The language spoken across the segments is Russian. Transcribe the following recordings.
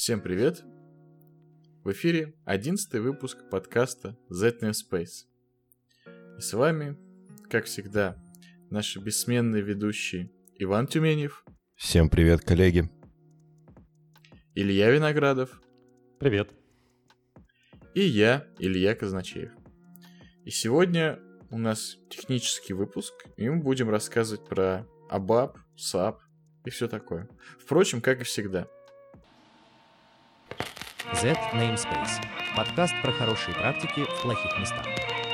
Всем привет! В эфире 11-й выпуск подкаста Z-Namespace. И с вами, как всегда, наши бессменные ведущие Иван Тюменев. Всем привет, коллеги. Илья Виноградов. Привет. И я, Илья Казначеев. И сегодня у нас технический выпуск, и мы будем рассказывать про ABAP, SAP и все такое. Впрочем, как и всегда. Z-Namespace. Подкаст про хорошие практики в плохих местах.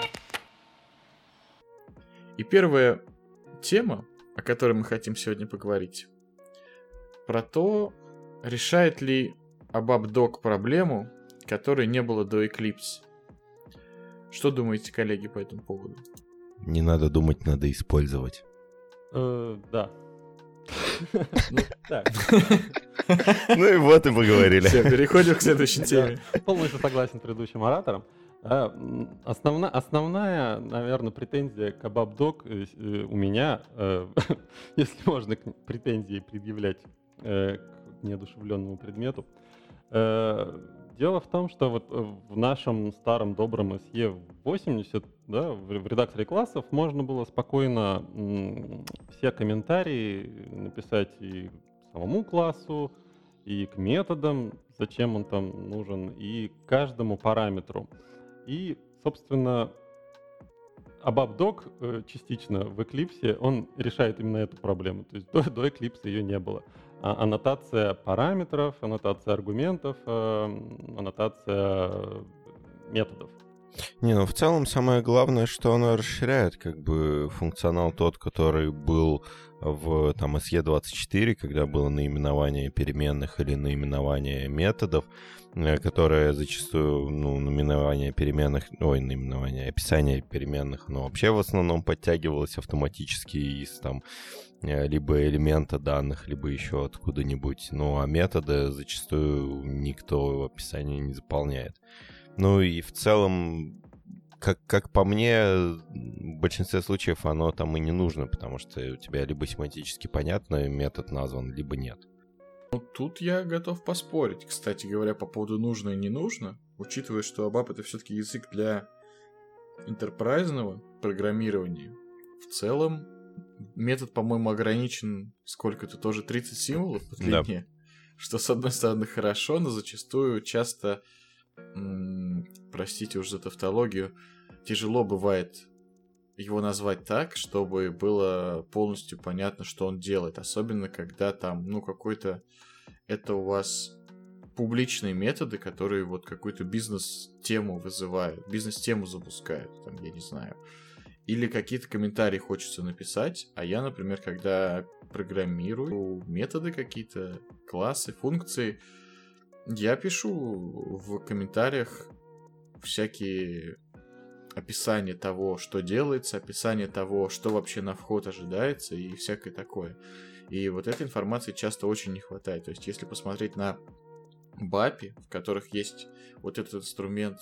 И первая тема, о которой мы хотим сегодня поговорить, про то, решает ли ABAP Doc проблему, которой не было до Eclipse. Что думаете, коллеги, по этому поводу? Не надо думать, надо использовать. Да. Ну, так. Ну и вот и поговорили. Все, переходим к следующей теме. Я полностью согласен с предыдущим оратором. Основная, наверное, претензия к ABAP Doc у меня, если можно претензии предъявлять к неодушевленному предмету. Дело в том, что вот в нашем старом добром SE80, да, в редакторе классов можно было спокойно все комментарии написать и самому классу, и к методам, зачем он там нужен, и к каждому параметру. И, собственно, ABAP Doc частично в Eclipse, он решает именно эту проблему. То есть до Eclipse ее не было. Аннотация параметров, аннотация аргументов, аннотация методов. Не, в целом самое главное, что оно расширяет как бы функционал тот, который был в там SE24, когда было наименование переменных или наименование методов, которое зачастую, наименование переменных, описание переменных, вообще в основном подтягивалось автоматически из там либо элемента данных, либо еще откуда-нибудь. А методы зачастую никто в описании не заполняет. И в целом, как по мне, в большинстве случаев оно там и не нужно, потому что у тебя либо семантически понятно метод назван, либо нет. Тут я готов поспорить, кстати говоря, по поводу нужно и не нужно, учитывая, что ABAP — это все-таки язык для энтерпрайзного программирования. В целом, метод, по-моему, ограничен сколько-то, тоже 30 символов по длине, что, с одной стороны, хорошо, но зачастую часто, простите уж за тавтологию, тяжело бывает его назвать так, чтобы было полностью понятно, что он делает. Особенно, когда там, какой-то... Это у вас публичные методы, которые вот какую-то бизнес-тему вызывают, бизнес-тему запускают, там, я не знаю. Или какие-то комментарии хочется написать, а я, например, когда программирую методы какие-то, классы, функции, я пишу в комментариях всякие описания того, что делается, описание того, что вообще на вход ожидается и всякое такое. И вот этой информации часто очень не хватает. То есть, если посмотреть на BAP, в которых есть вот этот инструмент,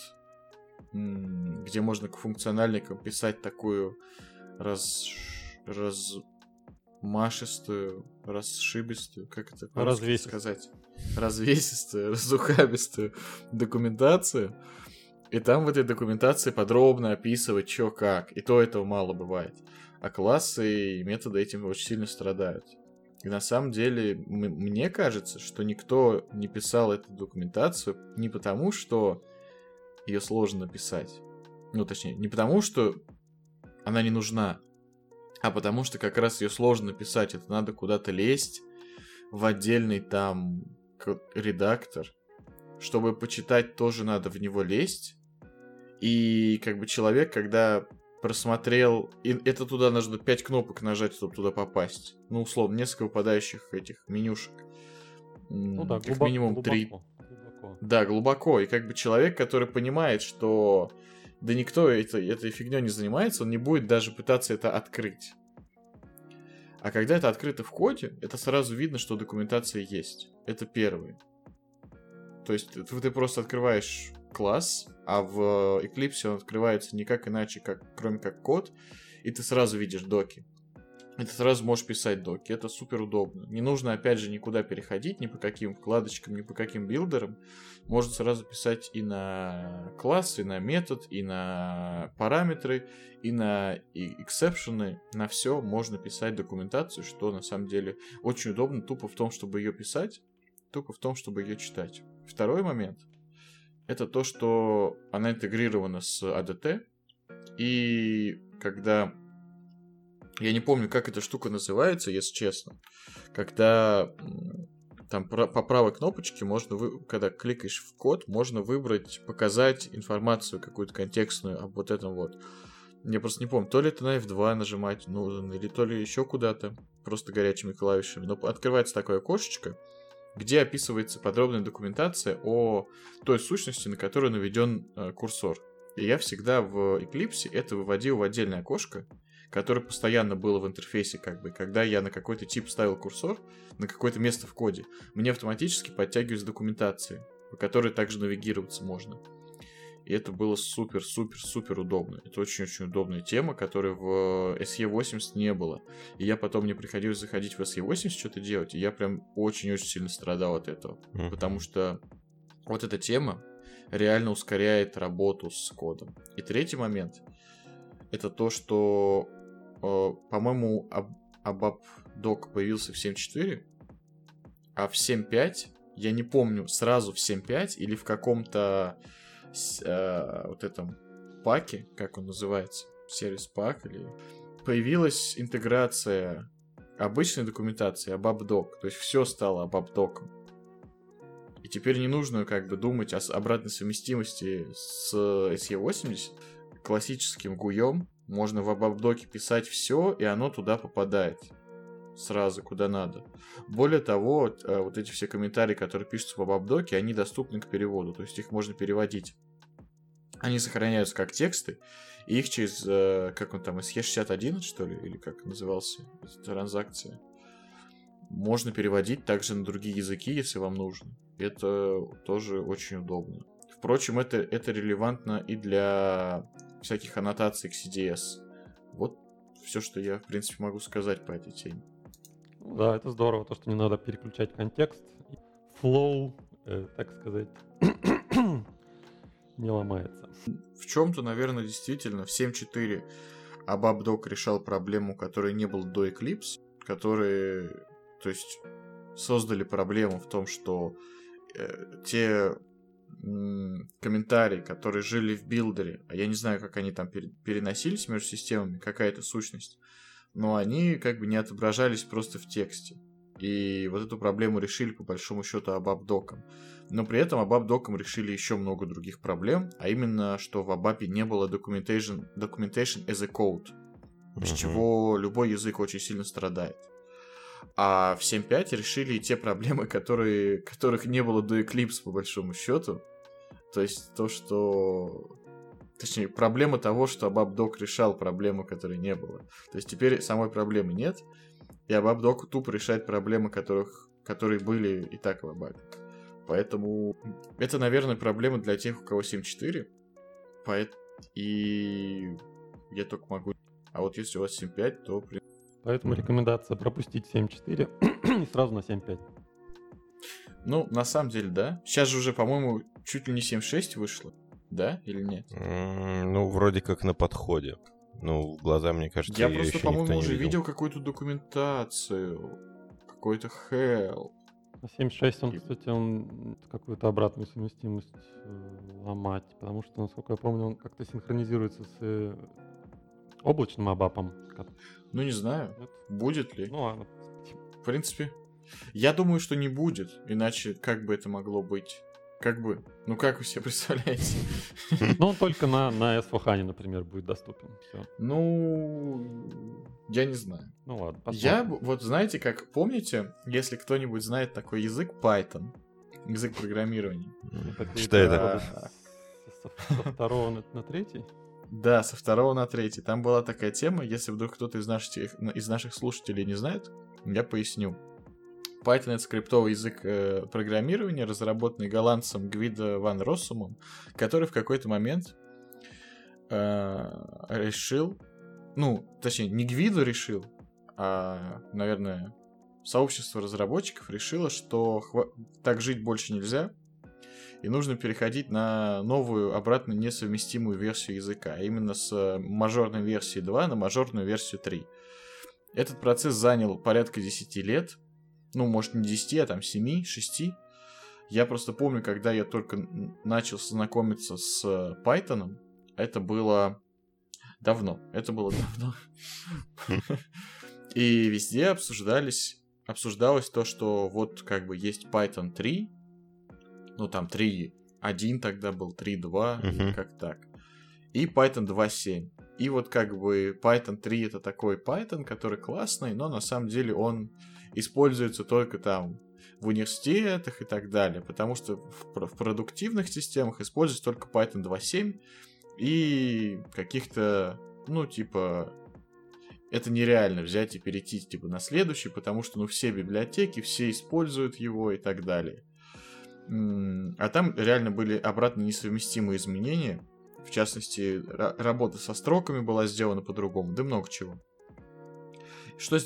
где можно к функциональникам писать такую размашистую, расшибистую, как это по-русски сказать? Развесистую, разухабистую документацию. И там в этой документации подробно описывать, что как. И то этого мало бывает. А классы и методы этим очень сильно страдают. И на самом деле, мне кажется, что никто не писал эту документацию не потому, что ее сложно написать. Точнее, не потому, что она не нужна, а потому что как раз ее сложно написать. Это надо куда-то лезть в отдельный там редактор. Чтобы почитать, тоже надо в него лезть. И как бы человек, когда просмотрел... И это туда нужно 5 кнопок нажать, чтобы туда попасть. Условно, несколько выпадающих этих менюшек. Как минимум 3. Глубоко. Да, глубоко. И как бы человек, который понимает, что да никто этой фигней не занимается, он не будет даже пытаться это открыть. А когда это открыто в коде, это сразу видно, что документация есть. Это первое. То есть ты просто открываешь класс, а в Eclipse он открывается никак иначе, кроме как код, и ты сразу видишь доки. и ты сразу можешь писать доки. Это супер удобно. Не нужно, опять же, никуда переходить, ни по каким вкладочкам, ни по каким билдерам. Можно сразу писать и на класс, и на метод, и на параметры, и на эксепшены. На все можно писать документацию, что на самом деле очень удобно. Тупо в том, чтобы ее писать, тупо в том, чтобы ее читать. Второй момент — это то, что она интегрирована с ADT. И когда... Я не помню, как эта штука называется, если честно. Когда там по правой кнопочке можно, когда кликаешь в код, можно выбрать, показать информацию какую-то контекстную об вот этом вот. Я просто не помню, то ли это на F2 нажимать нужно, или то ли еще куда-то, просто горячими клавишами. Но открывается такое окошечко, где описывается подробная документация о той сущности, на которую наведен курсор. И я всегда в Eclipse это выводил в отдельное окошко, которое постоянно было в интерфейсе, как бы. Когда я на какой-то тип ставил курсор, на какое-то место в коде, мне автоматически подтягивается документация, по которой также навигироваться можно. И это было супер-супер-супер удобно. Это очень-очень удобная тема, которой в SE80 не было. И я потом, мне приходилось заходить в SE80 что-то делать, и я прям очень-очень сильно страдал от этого. Потому что вот эта тема реально ускоряет работу с кодом. И третий момент — это то, что, по-моему, ABAP-док появился в 7.4, а в 7.5, я не помню, сразу в 7.5 или в каком-то вот этом паке, как он называется, сервис-пак, или появилась интеграция обычной документации ABAP-док, то есть все стало ABAP-доком. И теперь не нужно как бы думать о обратной совместимости с SE80. Классическим гуем можно в ABAP-доке писать все, и оно туда попадает сразу, куда надо. Более того, вот эти все комментарии, которые пишутся в ABAP-доке, они доступны к переводу, то есть их можно переводить. Они сохраняются как тексты, и их через, как он там, SE6011, что ли, или как назывался, эта транзакция, можно переводить также на другие языки, если вам нужно. Это тоже очень удобно. Впрочем, это релевантно и для всяких аннотаций к CDS. Вот все, что я, в принципе, могу сказать по этой теме. Да, это здорово, то, что не надо переключать контекст. Flow, так сказать, не ломается. В чем-то, наверное, действительно в 7.4 ABAP-док решал проблему, которой не было до Eclipse, которые, то есть, создали проблему в том, что те комментарии, которые жили в билдере, а я не знаю, как они там переносились между системами, какая-то сущность, но они как бы не отображались просто в тексте. И вот эту проблему решили по большому счету ABAP-доком. Но при этом ABAP-доком решили еще много других проблем, а именно, что в ABAP не было documentation as a code, без чего любой язык очень сильно страдает. А в 7.5 решили и те проблемы, которых не было до Eclipse, по большому счету. То есть то, что... Точнее, проблема того, что ABAP-док решал проблему, которой не было. То есть теперь самой проблемы нет, и ABAP-док тупо решает проблемы, которые были и так в ABAP. Поэтому это, наверное, проблема для тех, у кого 7.4. И я только могу... А вот если у вас 7.5, то... Поэтому рекомендация пропустить 7.4 и сразу на 7.5. Ну, на самом деле, да. Сейчас же уже, по-моему, чуть ли не 7.6 вышло. Да или нет? Ну, вроде как на подходе. Ну, в глаза, мне кажется, я её просто, ещё никто по-моему, не уже видел какую-то документацию. Какой-то help. 7.6, он, кстати, он какую-то обратную совместимость ломать, потому что, насколько я помню, он как-то синхронизируется с облачным ABAP. Ну, не знаю, будет ли. Ну, ладно. В принципе, я думаю, что не будет, иначе как бы это могло быть? Как бы? Ну, как вы себе представляете? Ну, он только на S4HANA, например, будет доступен. Всё. Ну, я не знаю. Ну, ладно, Я, вот знаете, как, помните, если кто-нибудь знает такой язык, Python, язык программирования? Что это? Со второго на третий? Да, со второго на третий. Там была такая тема, если вдруг кто-то из наших слушателей не знает, я поясню. Python — это скриптовый язык программирования, разработанный голландцем Гвидо ван Россумом, который в какой-то момент решил, ну, точнее, не Гвидо решил, наверное, сообщество разработчиков решило, что так жить больше нельзя, и нужно переходить на новую, обратно несовместимую версию языка, а именно с мажорной версии 2 на мажорную версию 3. Этот процесс занял порядка 10 лет, ну, может, не 10, а там 7, 6. Я просто помню, когда я только начал знакомиться с Python, это было давно. И везде обсуждалось то, что вот как бы есть Python 3, ну там 3.1 тогда был, 3.2, как так, и Python 2.7. И вот как бы Python 3 это такой Python, который классный, но на самом деле он используется только там в университетах и так далее, потому что в продуктивных системах используется только Python 2.7 и каких-то, ну типа, это нереально взять и перейти типа на следующий, потому что ну все библиотеки, все используют его и так далее. А там реально были обратно несовместимые изменения. В частности, работа со строками была сделана по-другому, да много чего. Что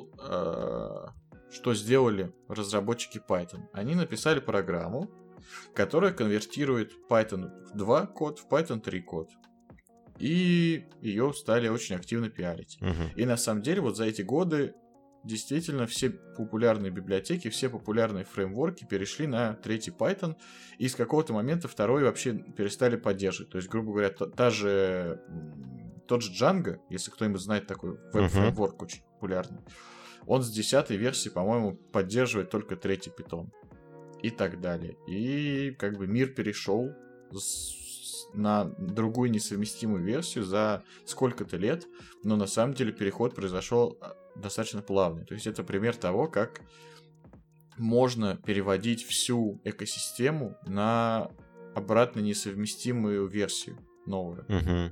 сделали разработчики Python? Они написали программу, которая конвертирует Python 2 код в Python 3 код. И ее стали очень активно пиарить. И на самом деле вот за эти годы действительно все популярные библиотеки, все популярные фреймворки перешли на третий Python, и с какого-то момента второй вообще перестали поддерживать. То есть, грубо говоря, тот же Django, если кто-нибудь знает такой веб-фреймворк очень популярный, он с 10-й версии, по-моему, поддерживает только третий Python. И так далее. И как бы мир перешел на другую несовместимую версию за сколько-то лет, но на самом деле переход произошел достаточно плавный. То есть это пример того, как можно переводить всю экосистему на обратно несовместимую версию новую.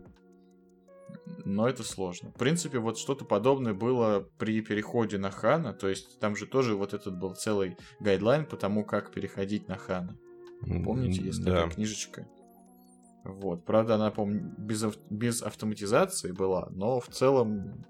Но это сложно. В принципе, вот что-то подобное было при переходе на HANA, то есть там же тоже вот этот был целый гайдлайн по тому, как переходить на HANA. Помните, есть такая книжечка? Вот. Правда, она, помню, без автоматизации была, но в целом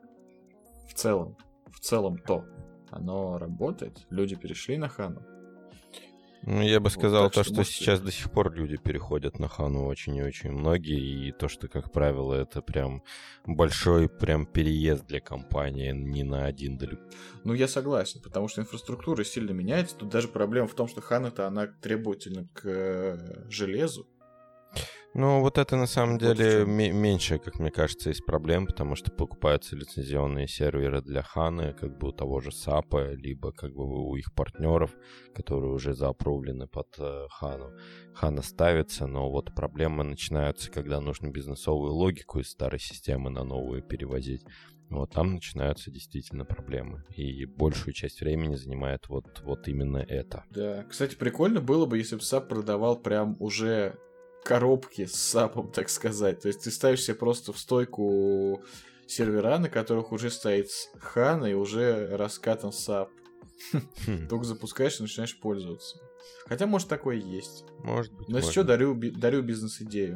то оно работает. Люди перешли на HANA. Ну, я бы сказал, вот, то, что сейчас до сих пор люди переходят на HANA очень и очень многие, и то, что, как правило, это прям большой прям переезд для компании, не на один далеко. Ну, я согласен, потому что инфраструктура сильно меняется. Тут даже проблема в том, что HANA-то, она требовательна к железу. Ну, вот это на самом деле меньше, как мне кажется, из проблем, потому что покупаются лицензионные серверы для HANA, как бы у того же SAP, либо как бы у их партнеров, которые уже заапрувлены под HANA. HANA ставится, но вот проблемы начинаются, когда нужно бизнесовую логику из старой системы на новую перевозить. Вот там начинаются действительно проблемы. И большую часть времени занимает вот именно это. Да, кстати, прикольно было бы, если бы SAP продавал прям уже коробки с сапом, так сказать. То есть ты ставишь себе просто в стойку сервера, на которых уже стоит HANA и уже раскатан сап. Только запускаешь и начинаешь пользоваться. Хотя, может, такое и есть. Может быть. Но если что, дарю бизнес-идею.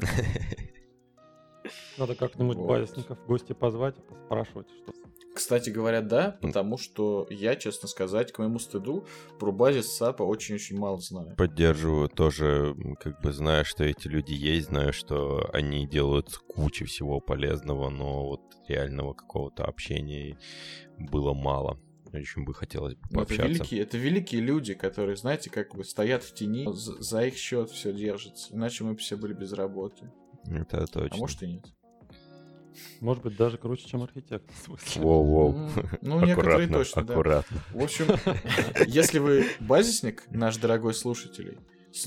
Надо как-нибудь базисников в гости позвать и поспрашивать, что... Кстати говоря, да, потому что я, честно сказать, к моему стыду, про базис САПа очень-очень мало знаю. Поддерживаю тоже, как бы знаю, что эти люди есть, знаю, что они делают кучу всего полезного, но вот реального какого-то общения было мало. Очень бы хотелось бы пообщаться. Это великие люди, которые, знаете, как бы стоят в тени, за их счет все держится, иначе мы бы все были без работы. Это точно. А может и нет. Может быть, даже круче, чем архитектор. Воу-воу. Ну, некоторые точно, да. Аккуратно. В общем, если вы базисник, наш дорогой слушатель,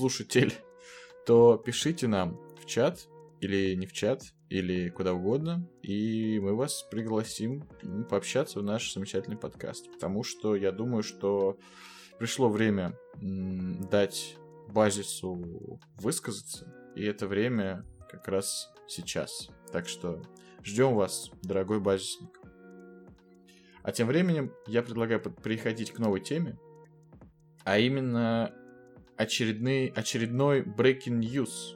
то пишите нам в чат, или не в чат, или куда угодно, и мы вас пригласим пообщаться в наш замечательный подкаст. Потому что я думаю, что пришло время дать базису высказаться, и это время как раз сейчас. Так что ждем вас, дорогой базисник. А тем временем я предлагаю переходить к новой теме, а именно очередной breaking news.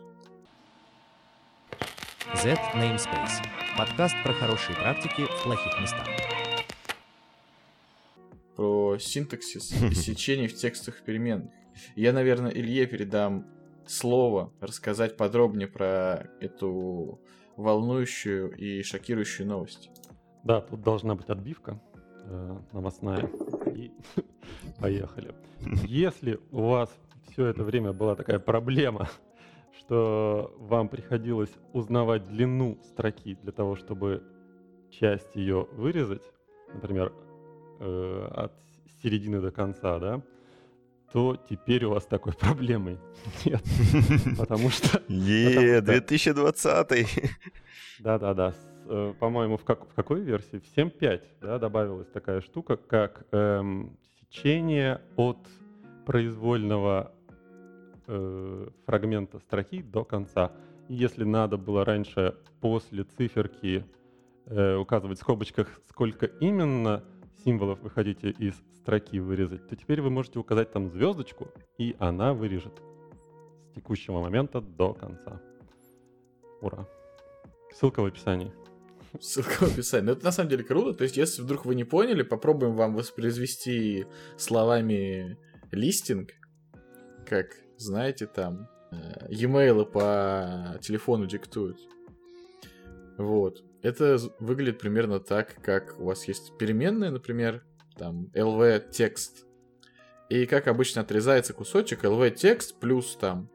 Z-Namespace. Подкаст про хорошие практики в плохих местах. про синтаксис и сечение в текстах переменных. Я, наверное, Илье передам слово рассказать подробнее про эту волнующую и шокирующую новость. Да, тут должна быть отбивка новостная. И поехали. Если у вас все это время была такая проблема, что вам приходилось узнавать длину строки для того, чтобы часть ее вырезать, например, от середины до конца, да, то теперь у вас такой проблемы нет. Потому что... 2020! Да-да-да. По-моему, в какой версии? В 7.5, да, добавилась такая штука, как сечение от произвольного фрагмента строки до конца. И если надо было раньше после циферки указывать в скобочках, сколько именно символов вы хотите из строки вырезать, то теперь вы можете указать там звездочку, и она вырежет с текущего момента до конца. Ура. Ссылка в описании. Ссылка в описании. Но это на самом деле круто. То есть, если вдруг вы не поняли, попробуем вам воспроизвести словами листинг, как, знаете, там e-mail по телефону диктуют. Вот. Это выглядит примерно так, как у вас есть переменная, например, там lv текст. И как обычно отрезается кусочек lv текст плюс там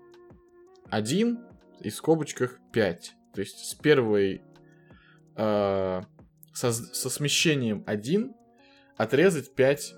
1 и в скобочках 5. То есть с первой со смещением 1 отрезать 5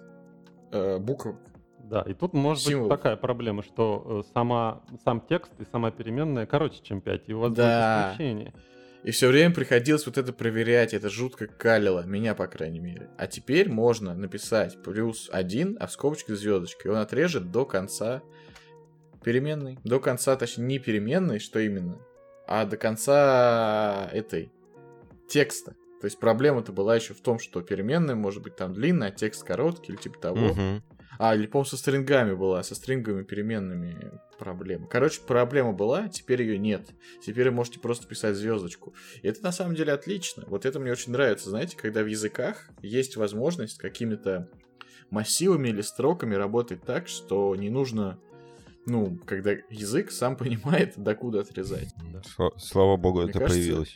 букв. Да, и тут может быть такая проблема, что сам текст и сама переменная короче, чем 5, и у вас будет смещение. И все время приходилось вот это проверять, это жутко калило, меня, по крайней мере. А теперь можно написать плюс 1, а в скобочке звездочкой. Он отрежет до конца переменной. До конца, точнее, не переменной, что именно, а до конца этой текста. То есть проблема-то была еще в том, что переменная может быть там длинная, а текст короткий или типа того. Или, по-моему, со стрингами была, со стрингами переменными проблема. Короче, проблема была, теперь ее нет. Теперь вы можете просто писать звездочку. И это на самом деле отлично. Вот это мне очень нравится, знаете, когда в языках есть возможность какими-то массивами или строками работать так, что не нужно, когда язык сам понимает, докуда отрезать. Слава богу, мне это появилось.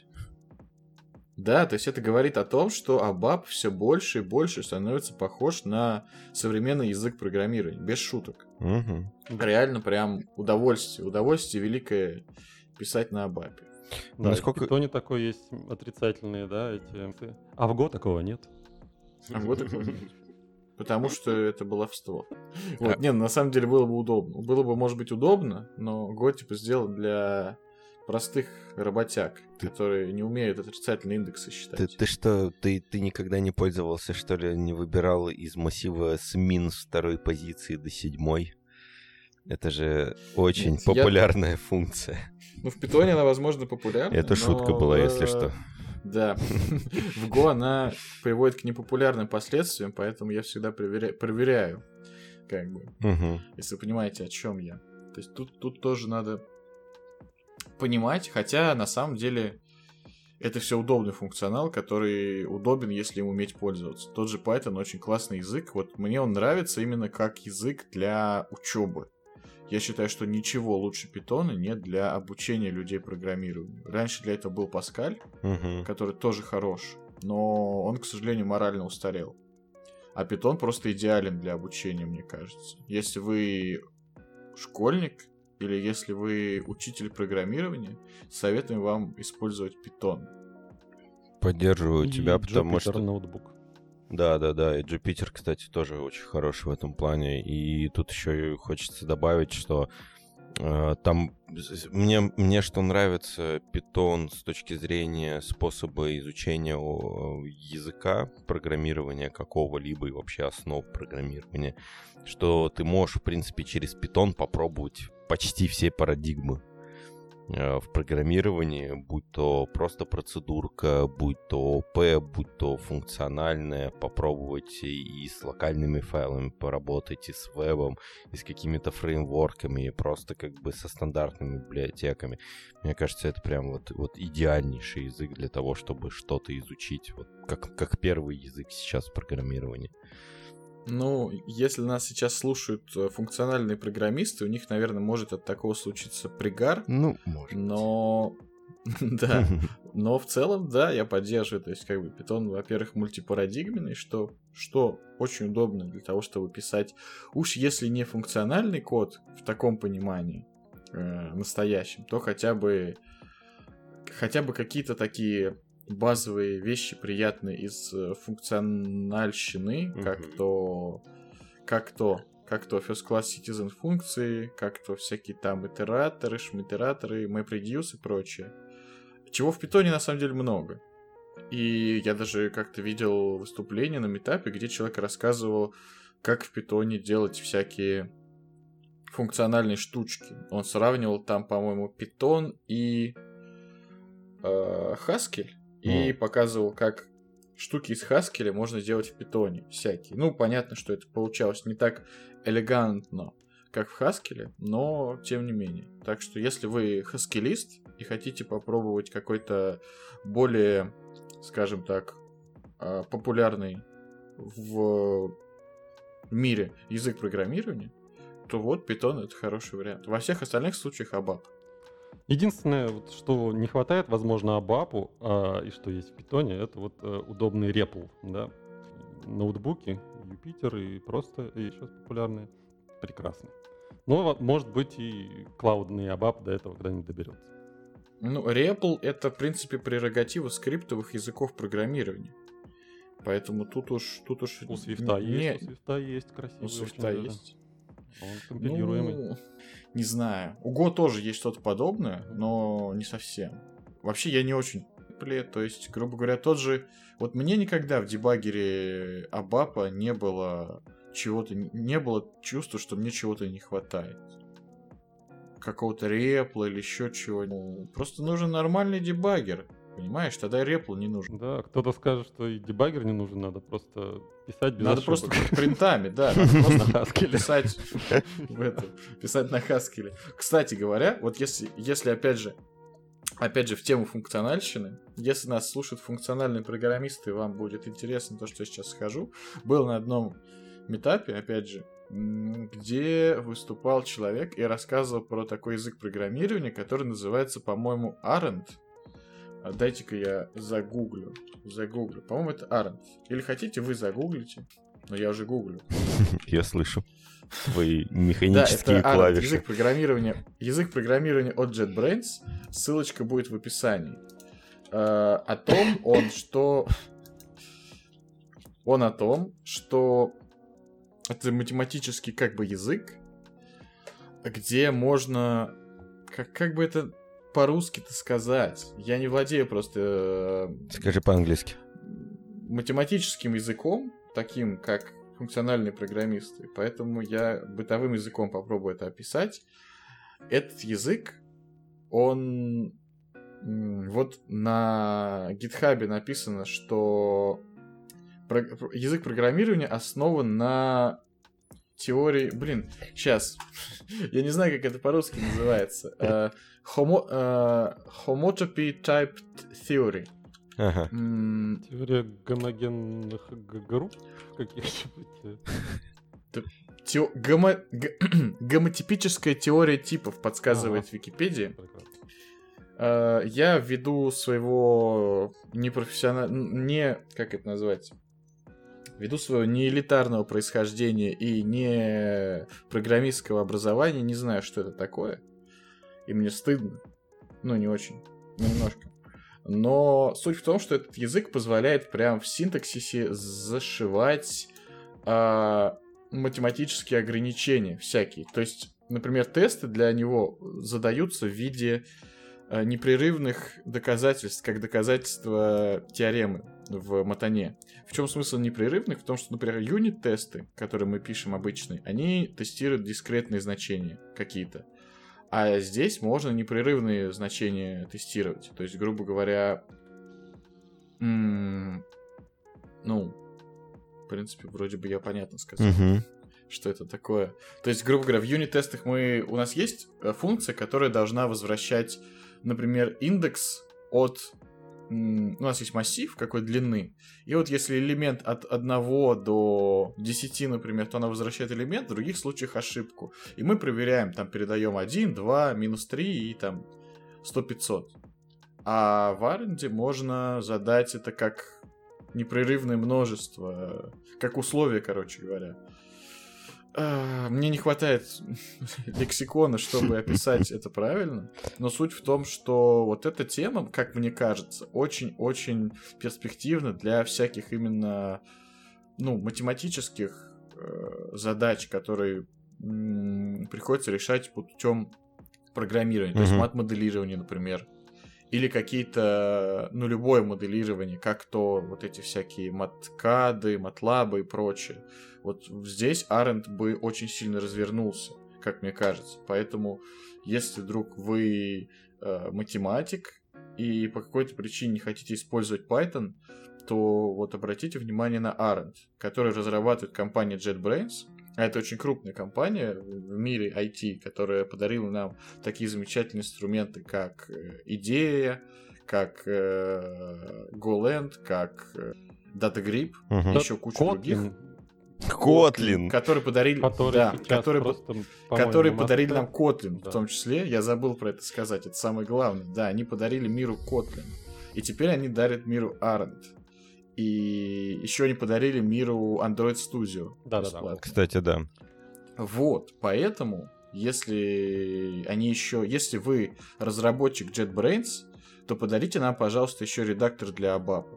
Да, то есть это говорит о том, что ABAP все больше и больше становится похож на современный язык программирования, без шуток. Реально прям удовольствие великое писать на ABAP. Да, в Python такой есть отрицательные, да, эти... А в Go такого нет. А в Go такого нет. Потому что это баловство. Вот, на самом деле было бы удобно. Было бы, может быть, удобно, но Go сделан для простых работяг, которые не умеют отрицательные индексы считать. Ты что, ты никогда не пользовался, что ли, не выбирал из массива с мин с 2 позиции до 7? Это же очень популярная функция. В Python она, возможно, популярна. Это шутка была, если что. Да. В Go она приводит к непопулярным последствиям, поэтому я всегда проверяю, как бы, если вы понимаете, о чем я. То есть тут тоже надо понимать, хотя на самом деле это все удобный функционал, который удобен, если им уметь пользоваться. Тот же Python очень классный язык. Вот мне он нравится именно как язык для учебы. Я считаю, что ничего лучше Python нет для обучения людей программированию. Раньше для этого был Pascal, который тоже хорош, но он, к сожалению, морально устарел. А Python просто идеален для обучения, мне кажется. Если вы школьник или если вы учитель программирования, советуем вам использовать Python. Поддерживаю тебя, потому что... ноутбук. Да, и Jupyter, кстати, тоже очень хороший в этом плане. И тут еще хочется добавить, что там мне что нравится Python с точки зрения способа изучения языка программирования какого-либо и вообще основ программирования, что ты можешь, в принципе, через Python попробовать почти все парадигмы в программировании, будь то просто процедурка, будь то ОП, будь то функциональная, попробовать и с локальными файлами поработать, и с вебом, и с какими-то фреймворками, и просто как бы со стандартными библиотеками. Мне кажется, это прям вот идеальнейший язык для того, чтобы что-то изучить, вот как первый язык сейчас в программировании. Ну, если нас сейчас слушают функциональные программисты, у них, наверное, может от такого случиться пригар. Ну, может. Но... Да. Но в целом, да, я поддерживаю. То есть, как бы, Python, во-первых, мультипарадигменный, что очень удобно для того, чтобы писать, уж если не функциональный код в таком понимании настоящем, то хотя бы какие-то такие базовые вещи приятные из функциональщины, как то first class citizen функции, как то всякие там итераторы, шмитераторы, MapReduce и прочее. Чего в Python на самом деле много. И я даже как-то видел выступление на митапе, где человек рассказывал, как в Python делать всякие функциональные штучки. Он сравнивал там, по-моему, Python и Haskell. И показывал, как штуки из Haskell можно сделать в Python всякие. Ну, понятно, что это получалось не так элегантно, как в Haskell, но тем не менее. Так что, если вы хаскелист и хотите попробовать какой-то более, скажем так, популярный в мире язык программирования, то вот Python — это хороший вариант. Во всех остальных случаях ABAP. Единственное, вот, что не хватает, возможно, ABAP, и что есть в Python, это вот удобный REPL, да, ноутбуки, Юпитер и просто и сейчас популярные, прекрасно. Но, может быть, и клаудный ABAP до этого когда-нибудь доберется. Ну, REPL — это, в принципе, прерогатива скриптовых языков программирования. Поэтому тут уж... У Swift есть красивый. У Swift есть. Он компилируемый. Ну, не знаю. У Go тоже есть что-то подобное, но не совсем. Вообще, я не очень... То есть, грубо говоря, тот же... Вот мне никогда в дебаггере ABAP не было чувства, что мне чего-то не хватает. Какого-то репла или еще чего-нибудь. Просто нужен нормальный дебаггер. Понимаешь, тогда репл не нужен. Да, кто-то скажет, что и дебаггер не нужен, надо просто писать без надо ошибок. Просто принтами, да. Надо просто писать на Haskell. Кстати говоря, вот если опять же в тему функциональщины, если нас слушают функциональные программисты, вам будет интересно то, что я сейчас скажу. Был на одном митапе, опять же, где выступал человек и рассказывал про такой язык программирования, который называется, по-моему, Arendt. Дайте-ка я загуглю. По-моему, это Arendt. Или хотите, вы загуглите. Но я уже гуглю. Я слышу твои механические клавиши. Язык программирования от JetBrains. Ссылочка будет в описании. О том, что это математический как бы язык, где можно... Как бы это по-русски-то сказать? Я не владею просто... Скажи по-английски. Математическим языком, таким как функциональные программисты, поэтому я бытовым языком попробую это описать. Этот язык, он... Вот на GitHub написано, что язык программирования основан на теории... сейчас. Я не знаю, как это по-русски называется. Homotopy Type Theory. Ага. Теория гомогенных групп каких-нибудь? Гомотипическая теория типов, подсказывает Википедия. Я ввиду своего ввиду своего неэлитарного происхождения и не программистского образования не знаю, что это такое. И мне стыдно. Ну, не очень. Немножко. Но суть в том, что этот язык позволяет прям в синтаксисе зашивать математические ограничения всякие. То есть, например, тесты для него задаются в виде непрерывных доказательств, как доказательства теоремы в Матане. В чем смысл непрерывных? В том, что, например, юнит-тесты, которые мы пишем обычные, они тестируют дискретные значения какие-то. А здесь можно непрерывные значения тестировать. То есть, грубо говоря, в принципе, вроде бы я понятно сказал, что это такое. То есть, грубо говоря, в юнит-тестах у нас есть функция, которая должна возвращать, например, индекс от у нас есть массив какой длины, и вот если элемент от 1 до 10, например, то она возвращает элемент, в других случаях ошибку. И мы проверяем, там передаем 1, 2, минус 3 и там 100-500. А в Аренде можно задать это как непрерывное множество, как условие, короче говоря. Мне не хватает лексикона, чтобы описать это правильно, но суть в том, что вот эта тема, как мне кажется, очень-очень перспективна для всяких именно, математических задач, которые приходится решать путем программирования, то есть мат-моделирование, например, или какие-то, любое моделирование, как то вот эти всякие маткады, матлабы и прочее. Вот здесь Аренд бы очень сильно развернулся, как мне кажется. Поэтому, если вдруг вы математик и по какой-то причине не хотите использовать Python, то вот обратите внимание на Arendt, который разрабатывает компания JetBrains. А это очень крупная компания в мире IT, которая подарила нам такие замечательные инструменты, как Идея, как GoLand, как DataGrip, еще куча других. Kotlin. Которые подарили, которые подарили нам Kotlin, да. В том числе. Я забыл про это сказать, это самое главное. Да, они подарили миру Kotlin. И теперь они дарят миру Arendt. И еще они подарили миру Android Studio. Да. Кстати, да. Вот, поэтому, если вы разработчик JetBrains, то подарите нам, пожалуйста, еще редактор для ABAP.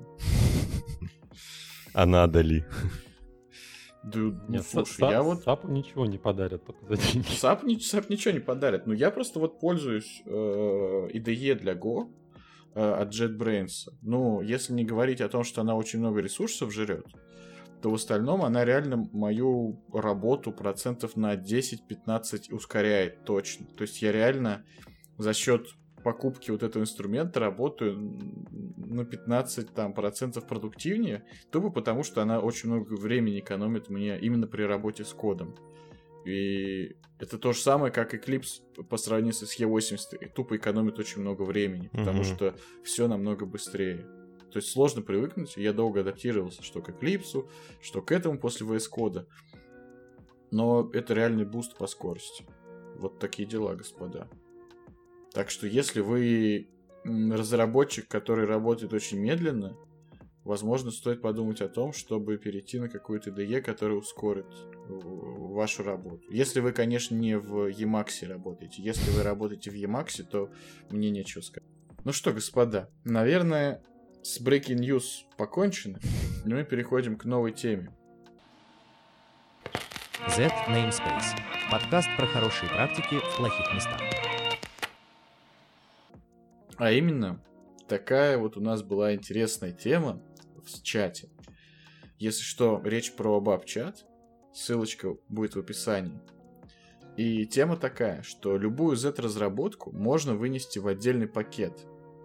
А надо ли? Нет, слушай, я вот... SAP ничего не подарят, только за деньги. SAP ничего не подарит. Но я просто вот пользуюсь IDE для Go от JetBrains. Если не говорить о том, что она очень много ресурсов жрет, то в остальном она реально мою работу процентов на 10-15 ускоряет точно. То есть я реально за счет покупки вот этого инструмента работаю на 15% продуктивнее, тупо потому, что она очень много времени экономит мне именно при работе с кодом. И это то же самое, как Eclipse по сравнению с E80, тупо экономит очень много времени, потому что все намного быстрее. То есть сложно привыкнуть, я долго адаптировался, что к Eclipse, что к этому после VS Code. Но это реальный буст по скорости. Вот такие дела, господа. Так что если вы разработчик, который работает очень медленно, возможно, стоит подумать о том, чтобы перейти на какую-то IDE, которая ускорит вашу работу. Если вы, конечно, не в Emacs работаете. Если вы работаете в Emacs, то мне нечего сказать. Ну что, господа, наверное, с Breaking News покончено, и мы переходим к новой теме. Z-Namespace. Подкаст про хорошие практики в плохих местах. А именно, такая вот у нас была интересная тема в чате. Если что, речь про BAP-чат. Ссылочка будет в описании. И тема такая, что любую Z-разработку можно вынести в отдельный пакет.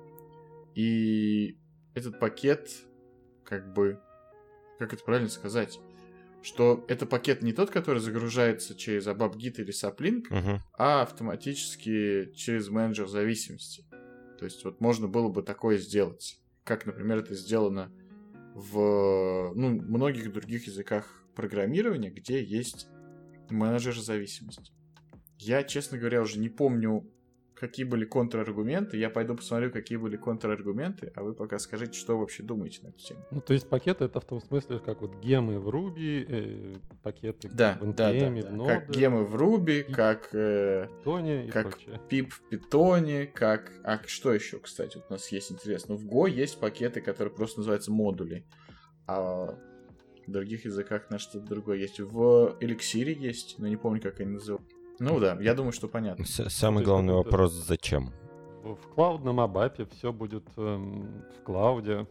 И этот пакет, как это правильно сказать, что это пакет не тот, который загружается через ABAP-Git или SAP-Link, а автоматически через менеджер зависимости. То есть вот можно было бы такое сделать, как, например, это сделано в многих других языках программирования, где есть менеджер зависимости. Я, честно говоря, уже не помню, какие были контраргументы. Я пойду посмотрю, какие были контраргументы, а вы пока скажите, что вообще думаете на эту тему. То есть пакеты это в том смысле, как вот гемы в Ruby, пакеты в NPM, в Node. Как гемы в Ruby, как Python как pip в Python, как... А что еще, кстати, вот у нас есть интересно? В Go есть пакеты, которые просто называются модули, а в других языках на что-то другое есть. В Elixir есть, но не помню, как они называются. Ну да, я думаю, что понятно. Самый главный вопрос, зачем? В клаудном ABAP все будет в клауде.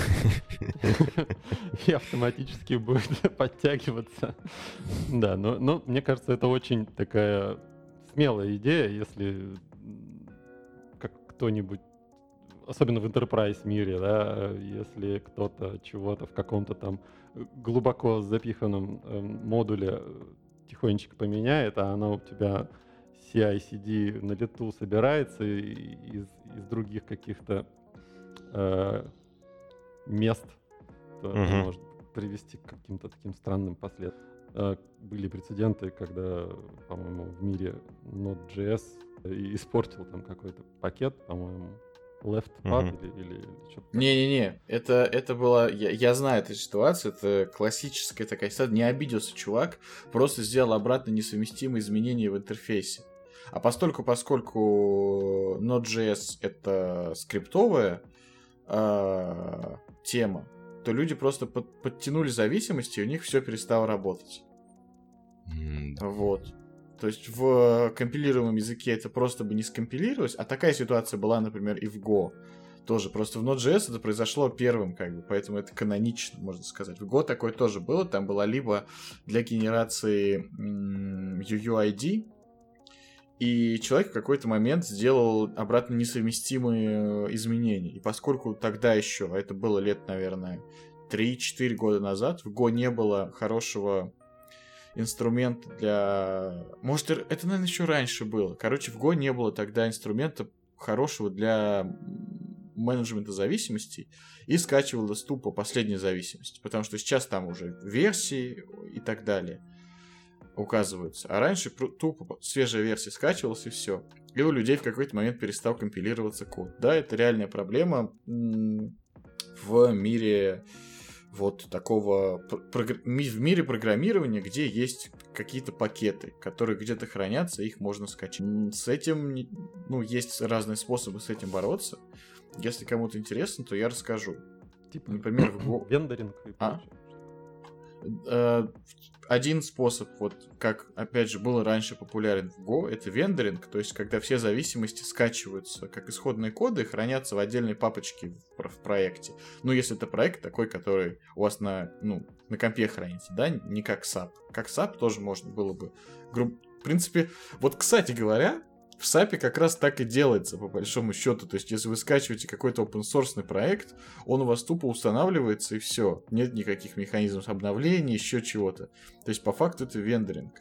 И автоматически будет подтягиваться. Да, но мне кажется, это очень такая смелая идея, если как кто-нибудь, особенно в enterprise мире, да, если кто-то чего-то в каком-то там глубоко запиханном модуле тихонечко поменяет, а она у тебя CI/CD на лету собирается из других каких-то мест, то это может привести к каким-то таким странным последствиям. Были прецеденты, когда, по-моему, в мире Node.js испортил там какой-то пакет, по-моему, LeftPad или что-то. Не-не-не, это было... Я знаю эту ситуацию, это классическая такая ситуация. Не обиделся чувак, просто сделал обратно несовместимые изменения в интерфейсе. А поскольку Node.js это скриптовая тема, то люди просто подтянули зависимости, и у них все перестало работать. Вот. То есть в компилируемом языке это просто бы не скомпилировалось, а такая ситуация была, например, и в Go. Тоже просто в Node.js это произошло первым, как бы, поэтому это канонично, можно сказать. В Go такое тоже было, там была либо для генерации UUID, и человек в какой-то момент сделал обратно несовместимые изменения. И поскольку тогда еще, а это было лет, наверное, 3-4 года назад, в Go не было хорошего инструмента для... Может, это, наверное, еще раньше было. Короче, в Go не было тогда инструмента хорошего для менеджмента зависимостей, и скачивалась тупо последняя зависимость. Потому что сейчас там уже версии и так далее указываются. А раньше тупо свежая версия скачивалась, и все. И у людей в какой-то момент перестал компилироваться код. Да, это реальная проблема в мире вот такого... в мире программирования, где есть какие-то пакеты, которые где-то хранятся, их можно скачать. С этим, есть разные способы с этим бороться. Если кому-то интересно, то я расскажу. Типа, например, в Go... вендоринг и прочее. Один способ, вот как, опять же, был раньше популярен в Go, это вендоринг, то есть когда все зависимости скачиваются как исходные коды и хранятся в отдельной папочке в проекте. Если это проект такой, который у вас на компе хранится, да, не как SAP. Как SAP тоже можно было бы... В принципе, вот, кстати говоря, в SAP как раз так и делается, по большому счету. То есть, если вы скачиваете какой-то open-source проект, он у вас тупо устанавливается, и все. Нет никаких механизмов обновления, еще чего-то. То есть, по факту, это вендоринг.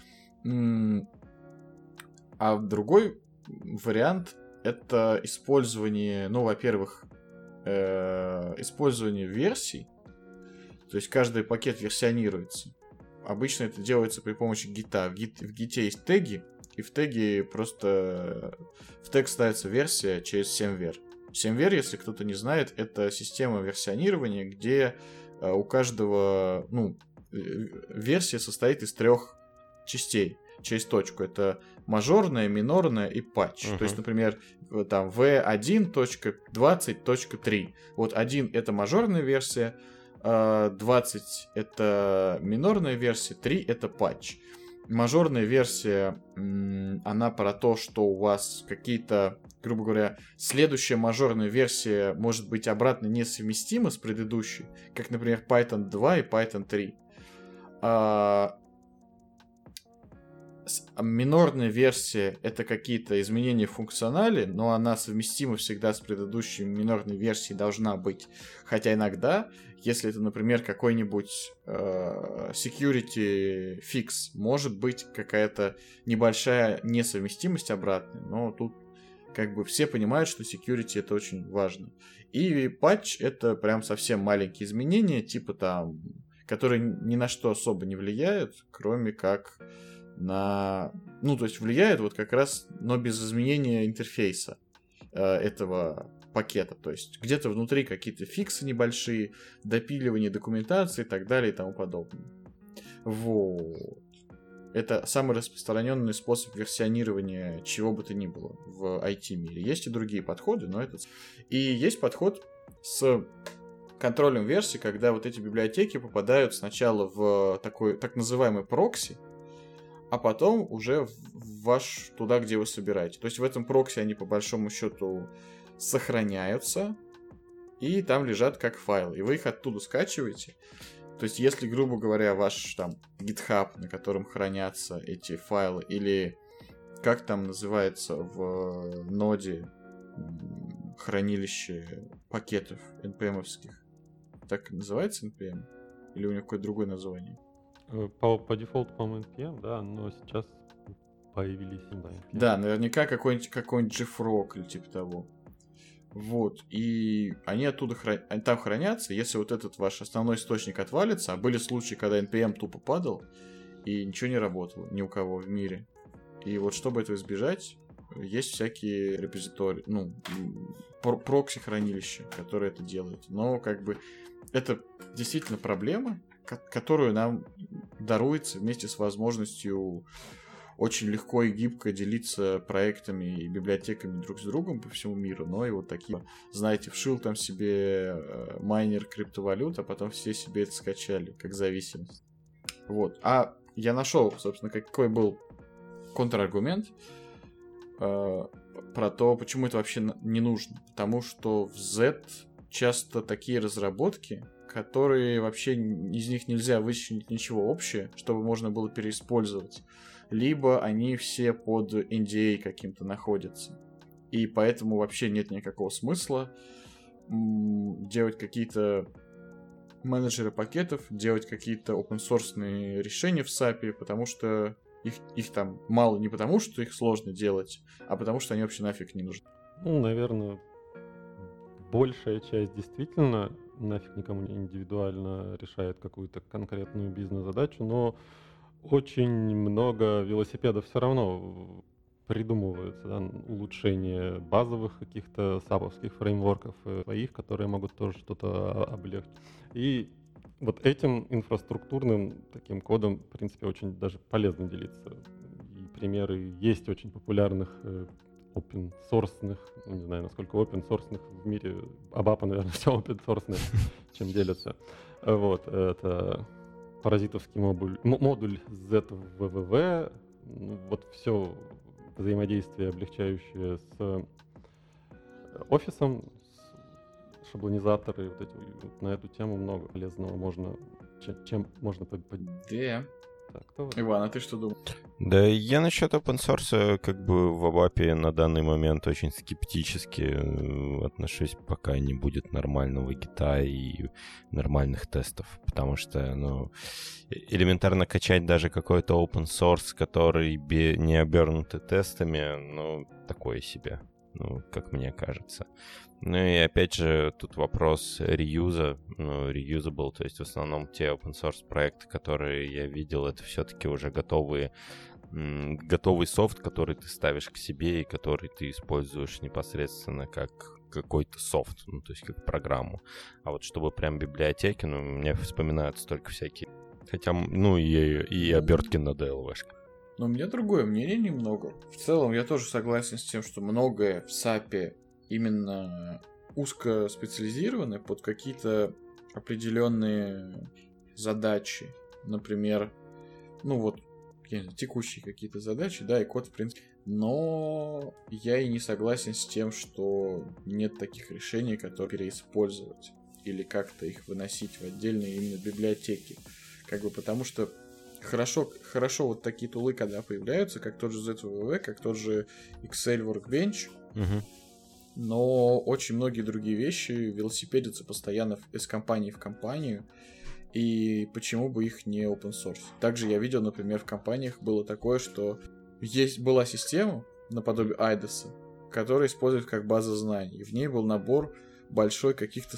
А другой вариант — это использование, во-первых, использование версий. То есть, каждый пакет версионируется. Обычно это делается при помощи гита. В гите есть теги, и в теге просто... В тег ставится версия через Semver. Semver, если кто-то не знает, это система версионирования, где у каждого... версия состоит из 3 частей через точку. Это мажорная, минорная и патч. То есть, например, там v1.20.3. Вот 1 — это мажорная версия, 20 — это минорная версия, 3 — это патч. Мажорная версия, она про то, что у вас какие-то, грубо говоря, следующая мажорная версия может быть обратно несовместима с предыдущей, как, например, Python 2 и Python 3. Минорная версия — это какие-то изменения в функционале, но она совместима всегда с предыдущей минорной версией, должна быть. Хотя иногда, если это, например, какой-нибудь security fix, может быть какая-то небольшая несовместимость обратная, но тут как бы все понимают, что security — это очень важно. И патч — это прям совсем маленькие изменения, типа там, которые ни на что особо не влияют, кроме как на... то есть влияет вот как раз, но без изменения интерфейса этого пакета. То есть где-то внутри какие-то фиксы небольшие, допиливание документации и так далее и тому подобное. Вот. Это самый распространенный способ версионирования чего бы то ни было в IT-мире. Есть и другие подходы, но это... И есть подход с контролем версий, когда вот эти библиотеки попадают сначала в такой так называемый прокси, а потом уже в ваш туда, где вы собираете. То есть в этом прокси они по большому счету сохраняются, и там лежат как файлы, и вы их оттуда скачиваете. То есть если, грубо говоря, ваш там GitHub, на котором хранятся эти файлы, или как там называется в ноде хранилище пакетов NPM-овских, так называется NPM? Или у него какое-то другое название? По дефолту, по-моему, NPM, да, но сейчас появились NPM. Да, наверняка какой-нибудь JFrog или типа того. Вот, и они оттуда они там хранятся. Если вот этот ваш основной источник отвалится, а были случаи, когда NPM тупо падал, и ничего не работало ни у кого в мире. И вот чтобы этого избежать, есть всякие репозитории, прокси-хранилища, которые это делают. Но как бы это действительно проблема, которую нам даруется вместе с возможностью очень легко и гибко делиться проектами и библиотеками друг с другом по всему миру, но и вот такие, знаете, вшил там себе майнер криптовалют, а потом все себе это скачали, как зависимость. Вот. А я нашел, собственно, какой был контраргумент про то, почему это вообще не нужно. Потому что в Z часто такие разработки, которые вообще из них нельзя вычленить ничего общее, чтобы можно было переиспользовать. Либо они все под NDA каким-то находятся. И поэтому вообще нет никакого смысла делать какие-то менеджеры пакетов, делать какие-то open-source решения в SAP, потому что их там мало не потому, что их сложно делать, а потому что они вообще нафиг не нужны. Наверное, большая часть действительно нафиг никому не индивидуально решает какую-то конкретную бизнес-задачу, но очень много велосипедов все равно придумываются, да, улучшение базовых каких-то саповских фреймворков своих, которые могут тоже что-то облегчить. И вот этим инфраструктурным таким кодом, в принципе, очень даже полезно делиться. И примеры есть очень популярных open-source, не знаю, насколько open-source в мире, ABAP, наверное, все open-source, чем делятся. Вот, это паразитовский модуль ZWWW, вот все взаимодействие, облегчающее с офисом, шаблонизаторы, вот эти, вот на эту тему много полезного можно, чем можно... Да. Так, кто Иван, а ты что думаешь? Да, я насчет open source как бы в ABAP на данный момент очень скептически отношусь, пока не будет нормального гита и нормальных тестов, потому что, элементарно качать даже какой-то open source, который не обернутый тестами, такое себе, как мне кажется. И опять же, тут вопрос реюза, reusable, то есть в основном те open source проекты, которые я видел, это все-таки уже готовый софт, который ты ставишь к себе и который ты используешь непосредственно как какой-то софт, то есть как программу. А вот чтобы прям библиотеки, мне вспоминаются только всякие, хотя, и обертки на DLV-шках. Но у меня другое мнение немного. В целом, я тоже согласен с тем, что многое в SAP именно узко специализированы под какие-то определенные задачи. Например, текущие какие-то задачи, да, и код, в принципе. Но я и не согласен с тем, что нет таких решений, которые переиспользовать или как-то их выносить в отдельные именно библиотеки. Потому что хорошо вот такие тулы, когда появляются, как тот же ZWW, как тот же Excel Workbench, но очень многие другие вещи велосипедятся постоянно из компании в компанию, и почему бы их не open source. Также я видел, например, в компаниях было такое, что была система наподобие IDOS, которая использует как база знаний, и в ней был набор большой каких-то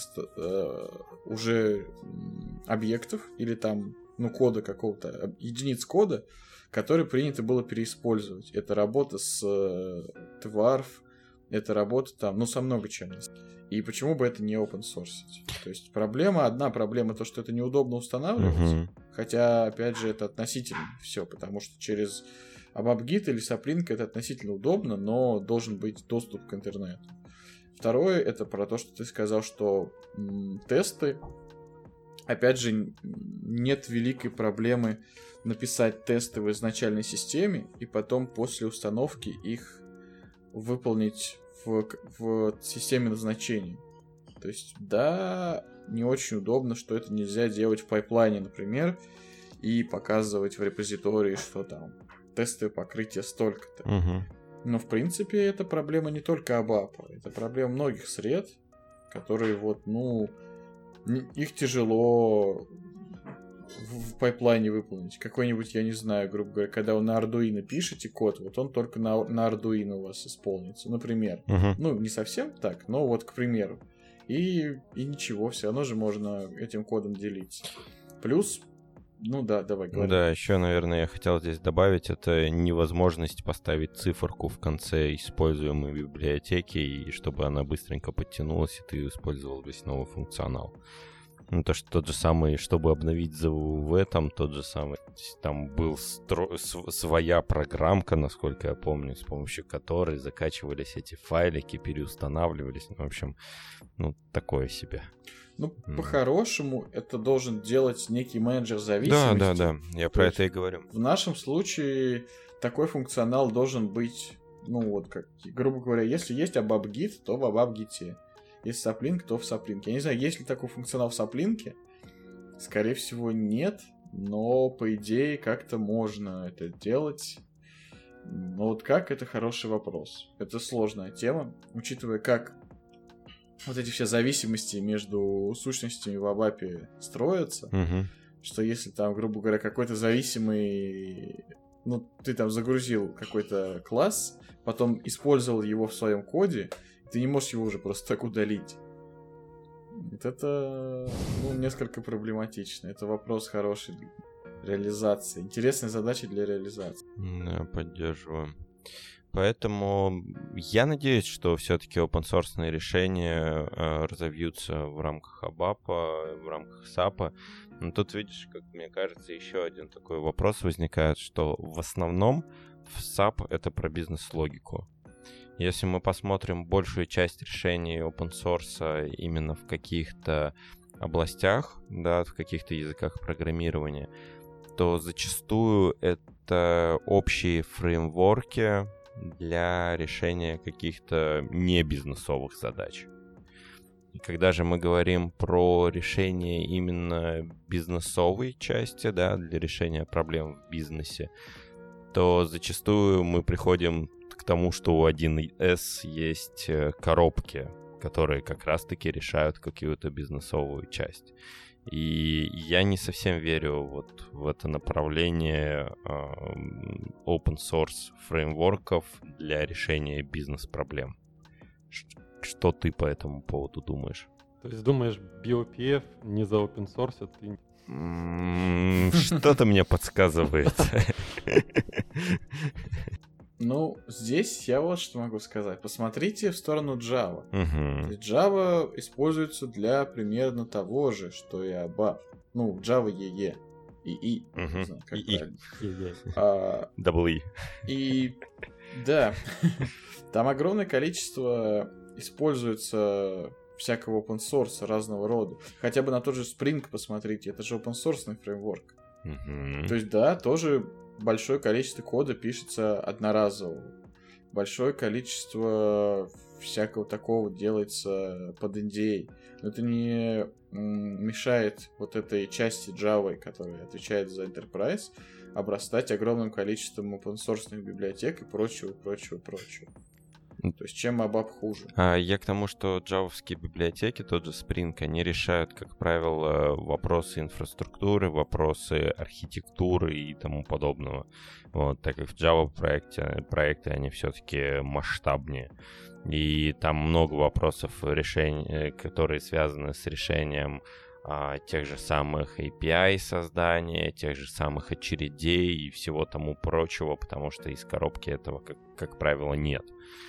уже объектов или там кода какого-то, единиц кода, который принято было переиспользовать. Это работа с TWARF, это работа там, со много чем. И почему бы это не open source? То есть одна проблема то, что это неудобно устанавливать, хотя, опять же, это относительно все, потому что через ABAP-гит или SAP-Link это относительно удобно, но должен быть доступ к интернету. Второе, это про то, что ты сказал, что тесты, опять же, нет великой проблемы написать тесты в изначальной системе и потом после установки их выполнить в системе назначений. То есть, да, не очень удобно, что это нельзя делать в пайплайне, например, и показывать в репозитории, что там тестовое покрытие столько-то. Но, в принципе, это проблема не только ABAP, это проблема многих сред, которые их тяжело в пайплайне выполнить. Какой-нибудь, я не знаю, грубо говоря, когда вы на Arduino пишете код, вот он только на Arduino у вас исполнится, например. Ну, не совсем так, но вот, к примеру. И ничего, все равно же можно этим кодом делиться. Плюс, ну да, давай говори. Да, еще, наверное, я хотел здесь добавить, это невозможность поставить циферку в конце используемой библиотеки, и чтобы она быстренько подтянулась, и ты использовал весь новый функционал. Ну, то, что тот же самый, чтобы обновить ZVV, там тот же самый, там был своя программка, насколько я помню, с помощью которой закачивались эти файлики, переустанавливались. В общем, ну, такое себе. Ну, по-хорошему, это должен делать некий менеджер зависимости. Да, я про это и говорю. В нашем случае такой функционал должен быть, ну, вот как, грубо говоря, если есть ABAP-гит, то в ABAP-гите. Если Sapling, то в Sapling. Я не знаю, есть ли такой функционал в Sapling. Скорее всего, нет. Но, по идее, как-то можно это делать. Но вот как, это хороший вопрос. Это сложная тема, учитывая, как вот эти все зависимости между сущностями в ABAP строятся. Что если там, грубо говоря, какой-то зависимый... Ну, ты там загрузил какой-то класс, потом использовал его в своем коде, ты не можешь его уже просто так удалить. Вот это, ну, несколько проблематично. Это вопрос хороший для реализации. Интересная задача для реализации. Да, поддерживаю. Поэтому я надеюсь, что все-таки open-source решения разовьются в рамках ABAP, в рамках SAP. Но тут, видишь, как мне кажется, еще один такой вопрос возникает, что в основном в SAP это про бизнес-логику. Если мы посмотрим большую часть решений open source именно в каких-то областях, да, в каких-то языках программирования, то зачастую это общие фреймворки для решения каких-то небизнесовых задач. И когда же мы говорим про решение именно бизнесовой части, да, для решения проблем в бизнесе, то зачастую мы приходим к тому, что у 1С есть коробки, которые как раз-таки решают какую-то бизнесовую часть. И я не совсем верю вот в это направление open source фреймворков для решения бизнес-проблем. Что ты по этому поводу думаешь? То есть думаешь, BOPF не за open source, ты... Что-то мне подсказывает. Ну, здесь я вот что могу сказать. Посмотрите в сторону Java. Uh-huh. То есть Java используется для примерно того же, что и ABAP. Ну, Java EE. EE. Uh-huh. Не знаю, как EE. правильно. Double E. И да, там огромное количество используется всякого open source разного рода. Хотя бы на тот же Spring посмотрите, это же open source фреймворк. Uh-huh. То есть, да, тоже большое количество кода пишется одноразово. Большое количество всякого такого делается под NDA. Но это не мешает вот этой части Java, которая отвечает за Enterprise, обрастать огромным количеством open-source библиотек и прочего. То есть, чем ABAP хуже? Я к тому, что джавовские библиотеки, тот же Spring, они решают, как правило, вопросы инфраструктуры, вопросы архитектуры и тому подобного. Вот, так как в Java проекты они все-таки масштабнее. И там много вопросов, решений, которые связаны с решением тех же самых API создания, тех же самых очередей и всего тому прочего, потому что из коробки этого, как правило, нет.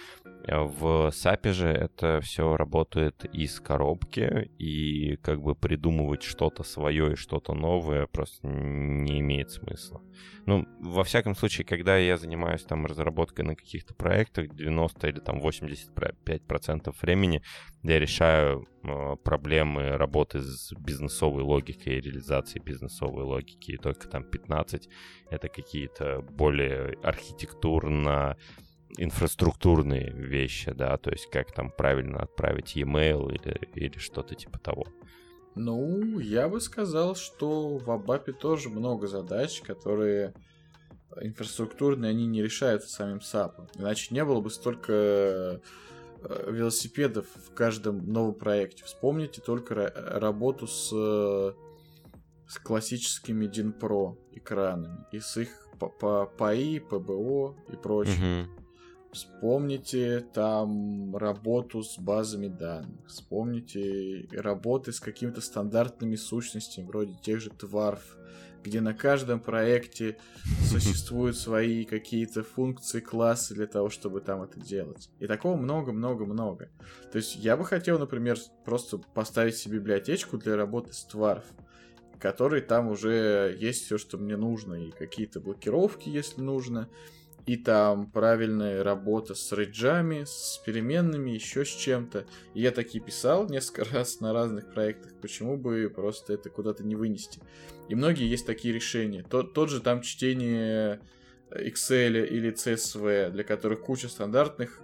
В SAP же это все работает из коробки, и как бы придумывать что-то свое и что-то новое просто не имеет смысла. Ну, во всяком случае, когда я занимаюсь там разработкой на каких-то проектах, 90 или там 85% времени я решаю проблемы работы с бизнесовой логикой и реализацией бизнесовой логики, и только там 15 это какие-то более архитектурно инфраструктурные вещи, да, то есть как там правильно отправить e-mail или что-то типа того. Ну, я бы сказал, что в ABAP тоже много задач, которые инфраструктурные, они не решаются самим SAP. Иначе не было бы столько велосипедов в каждом новом проекте. Вспомните только работу с с классическими DIN-Pro экранами и с их PAI, ПБО и прочим. Вспомните там работу с базами данных, вспомните работы с какими-то стандартными сущностями, вроде тех же Dwarf, где на каждом проекте существуют свои какие-то функции, классы для того, чтобы там это делать. И такого много-много-много. То есть я бы хотел, например, просто поставить себе библиотечку для работы с Dwarf, в которой там уже есть все, что мне нужно, и какие-то блокировки, если нужно, и там правильная работа с рейджами, с переменными, еще с чем-то. И я такие писал несколько раз на разных проектах, почему бы просто это куда-то не вынести. И многие есть такие решения. Тот же там чтение Excel или CSV, для которых куча стандартных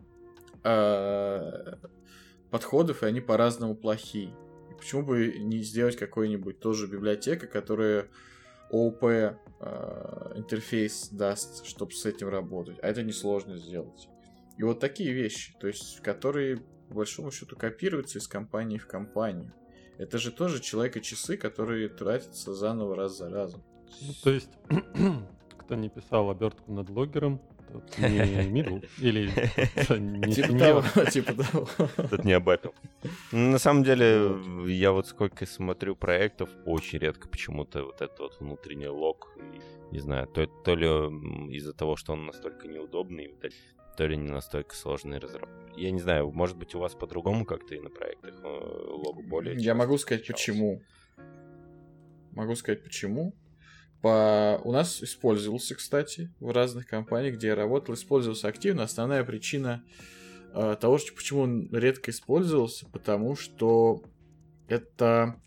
подходов, и они по-разному плохие. И почему бы не сделать какой-нибудь тоже библиотека, которая ООП интерфейс даст, чтобы с этим работать. А это несложно сделать. И вот такие вещи, то есть, которые, по большому счету, копируются из компании в компанию. Это же тоже человека-часы, которые тратятся заново раз за разом. Ну, то есть, кто не писал обертку над логером, тот не middle, или не senior. Типа того. Тот не обапил. На самом деле, я вот сколько смотрю проектов, очень редко почему-то вот этот вот внутренний лог, не знаю, то ли из-за того, что он настолько неудобный, то ли не настолько сложный разработка. Я не знаю, может быть, у вас по-другому как-то и на проектах лог более... Я могу сказать, почему. У нас использовался, кстати, в разных компаниях, где я работал, использовался активно. Основная причина того, что почему он редко использовался, потому что это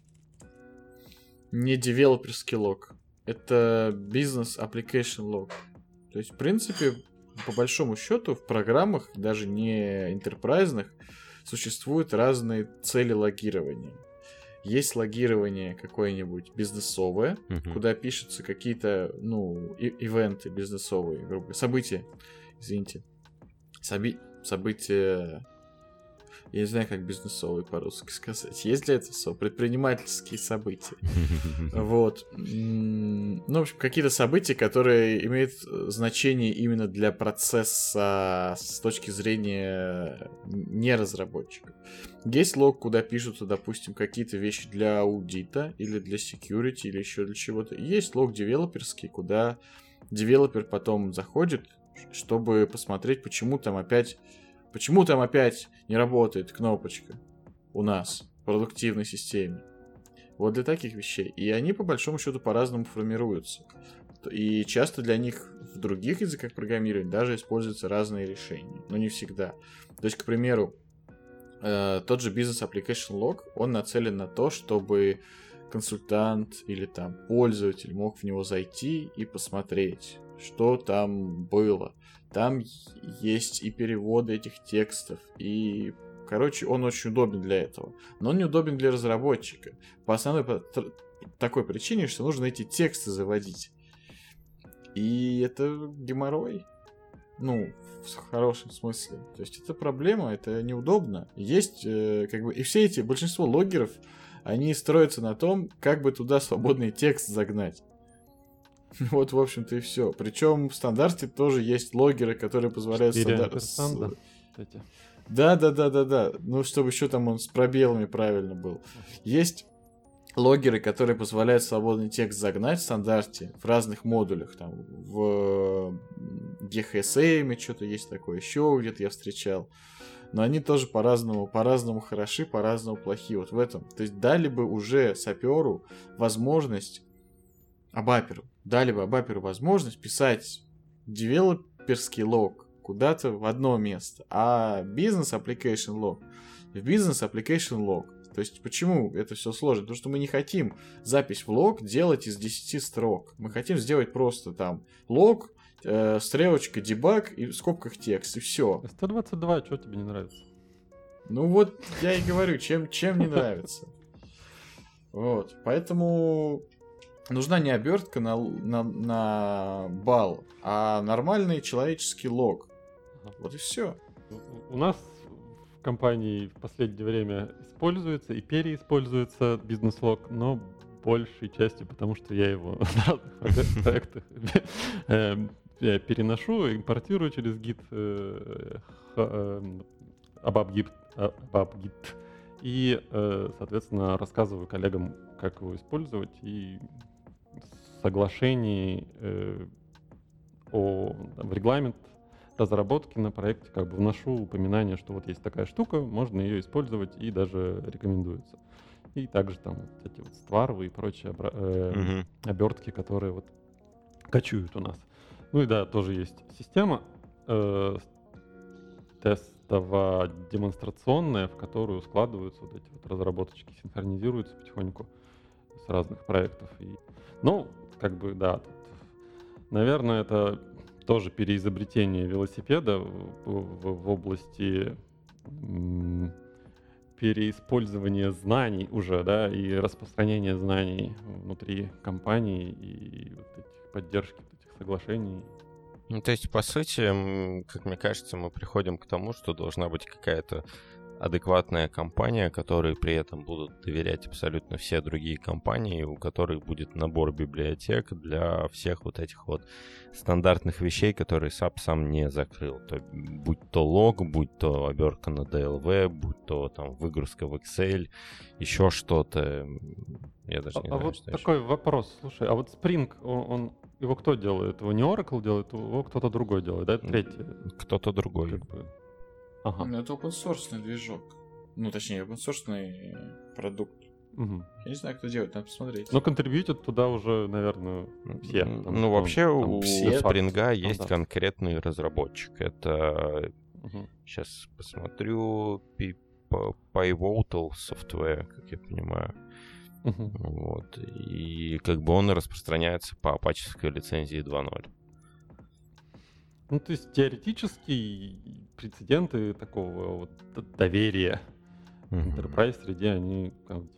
не девелоперский лог, это бизнес-application лог. То есть, в принципе, по большому счету, в программах, даже не enterprise-ивных, существуют разные цели логирования. Есть логирование какое-нибудь бизнесовое, куда пишутся какие-то, ивенты бизнесовые, грубо говоря, события, извините. События... Я не знаю, как бизнесовые по-русски сказать. Есть ли это слово? Предпринимательские события. Вот. В общем, какие-то события, которые имеют значение именно для процесса с точки зрения не разработчиков. Есть лог, куда пишутся, допустим, какие-то вещи для аудита или для security или еще для чего-то. И есть лог девелоперский, куда девелопер потом заходит, чтобы посмотреть, почему там опять не работает кнопочка у нас в продуктивной системе. Вот для таких вещей. И они, по большому счету, по-разному формируются. И часто для них в других языках программирования даже используются разные решения. Но не всегда. То есть, к примеру, тот же Business Application Log, он нацелен на то, чтобы консультант или там пользователь мог в него зайти и посмотреть, что там было. Там есть и переводы этих текстов, и, короче, он очень удобен для этого. Но он неудобен для разработчика. По основной такой причине, что нужно эти тексты заводить. И это геморрой. В хорошем смысле. То есть это проблема, это неудобно. Есть, и все эти, большинство логеров, они строятся на том, как бы туда свободный текст загнать. Вот, в общем-то, и все. Причем в стандарте тоже есть логеры, которые позволяют Да. Чтобы еще там он с пробелами правильно был. Есть логеры, которые позволяют свободный текст загнать в стандарте в разных модулях. Там в GHSM что-то есть такое, еще где-то я встречал. Но они тоже по-разному хороши, по-разному плохи. Вот в этом. То есть дали бы уже саперу возможность дали бы абаперу возможность писать девелоперский лог куда-то в одно место, а бизнес application лог в бизнес application лог. То есть почему это все сложно? Потому что мы не хотим запись в лог делать из 10 строк. Мы хотим сделать просто там лог, стрелочка, дебаг и в скобках текст, и все. 122, что тебе не нравится? Вот я и говорю, чем не нравится. Вот, поэтому... Нужна не обертка на балл, а нормальный человеческий лог. Вот и все. У нас в компании в последнее время используется и переиспользуется бизнес-лог, но большей частью, потому что я его на разных проектах переношу, импортирую через гит ABAP-Git и, соответственно, рассказываю коллегам, как его использовать, и соглашений в регламент разработки на проекте как бы вношу упоминание, что вот есть такая штука, можно ее использовать и даже рекомендуется. И также там вот эти вот стварвы и прочие обертки, которые вот кочуют у нас. Ну и да, тоже есть система тестово-демонстрационная, в которую складываются вот эти вот разработочки, синхронизируются потихоньку с разных проектов. Ну, как бы, да, тут, наверное, это тоже переизобретение велосипеда в области переиспользования знаний уже, да, и распространения знаний внутри компании и вот этих поддержки, вот этих соглашений. Ну, то есть, по сути, как мне кажется, мы приходим к тому, что должна быть какая-то адекватная компания, которой при этом будут доверять абсолютно все другие компании, у которых будет набор библиотек для всех вот этих вот стандартных вещей, которые SAP сам не закрыл. Будь то лог, будь то обертка на DLV, будь то там выгрузка в Excel, еще что-то. Я даже не знаю, вот что такой еще. вопрос. Слушай, а вот Spring, он его кто делает? Его не Oracle делает, его кто-то другой делает, да? Это третий. Кто-то другой. Как бы. Ага. Ну, это open-source движок. Ну, точнее, open-source продукт. Угу. Я не знаю, кто делает, надо посмотреть. Но контрибьютят туда уже, наверное, все. Ну, вообще у Spring есть да. конкретный разработчик. Это, сейчас посмотрю, Pivotal Software, как я понимаю. Вот. И как бы он распространяется по апачевской лицензии 2.0. Ну, то есть теоретически прецеденты такого вот доверия в Enterprise среде, они...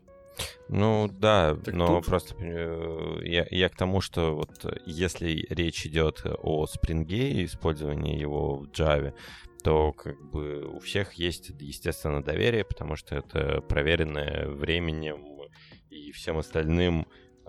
Ну да, так но тут... просто я к тому, что вот если речь идет о Spring и использовании его в Java, то как бы у всех есть, естественно, доверие, потому что это проверенное временем и всем остальным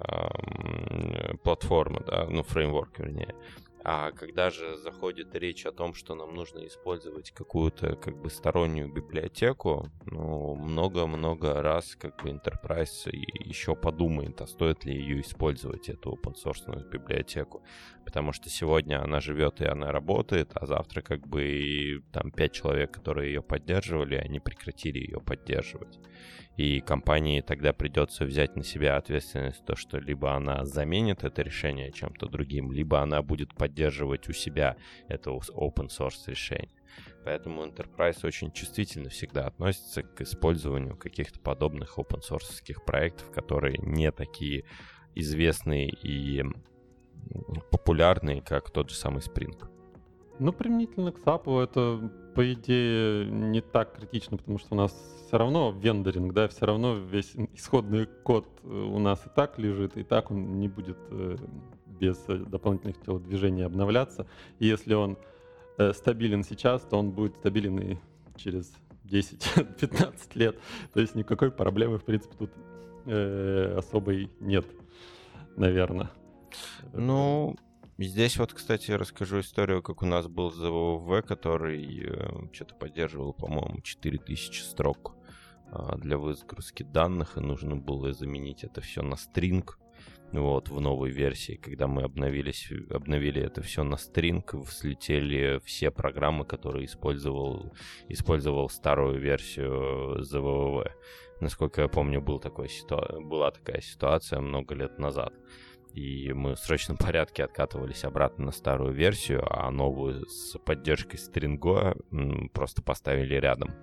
платформа, да, ну, фреймворк, вернее. А когда же заходит речь о том, что нам нужно использовать какую-то как бы стороннюю библиотеку, ну, много-много раз как бы Enterprise еще подумает, а стоит ли ее использовать, эту open-source библиотеку. Потому что сегодня она живет и она работает, а завтра как бы и там 5 человек, которые ее поддерживали, они прекратили ее поддерживать. И компании тогда придется взять на себя ответственность, то, что либо она заменит это решение чем-то другим, либо она будет поддерживать у себя это open source решение. Поэтому Enterprise очень чувствительно всегда относится к использованию каких-то подобных open source проектов, которые не такие известные и популярные, как тот же самый Spring. Ну, применительно к SAP это, по идее, не так критично, потому что у нас все равно вендоринг, да, все равно весь исходный код у нас и так лежит, и так он не будет без дополнительных телодвижений обновляться. И если он стабилен сейчас, то он будет стабилен и через 10-15 лет. То есть никакой проблемы, в принципе, тут особой нет, наверное. Ну... Здесь вот, кстати, расскажу историю, как у нас был ЗВВ, который что-то поддерживал, по-моему, 4000 строк для выгрузки данных, и нужно было заменить это все на стринг. Вот, в новой версии, когда мы обновили это все на стринг, взлетели все программы, которые использовал старую версию ЗВВ. Насколько я помню, была такая ситуация много лет назад. И мы в срочном порядке откатывались обратно на старую версию, а новую с поддержкой стринга просто поставили рядом.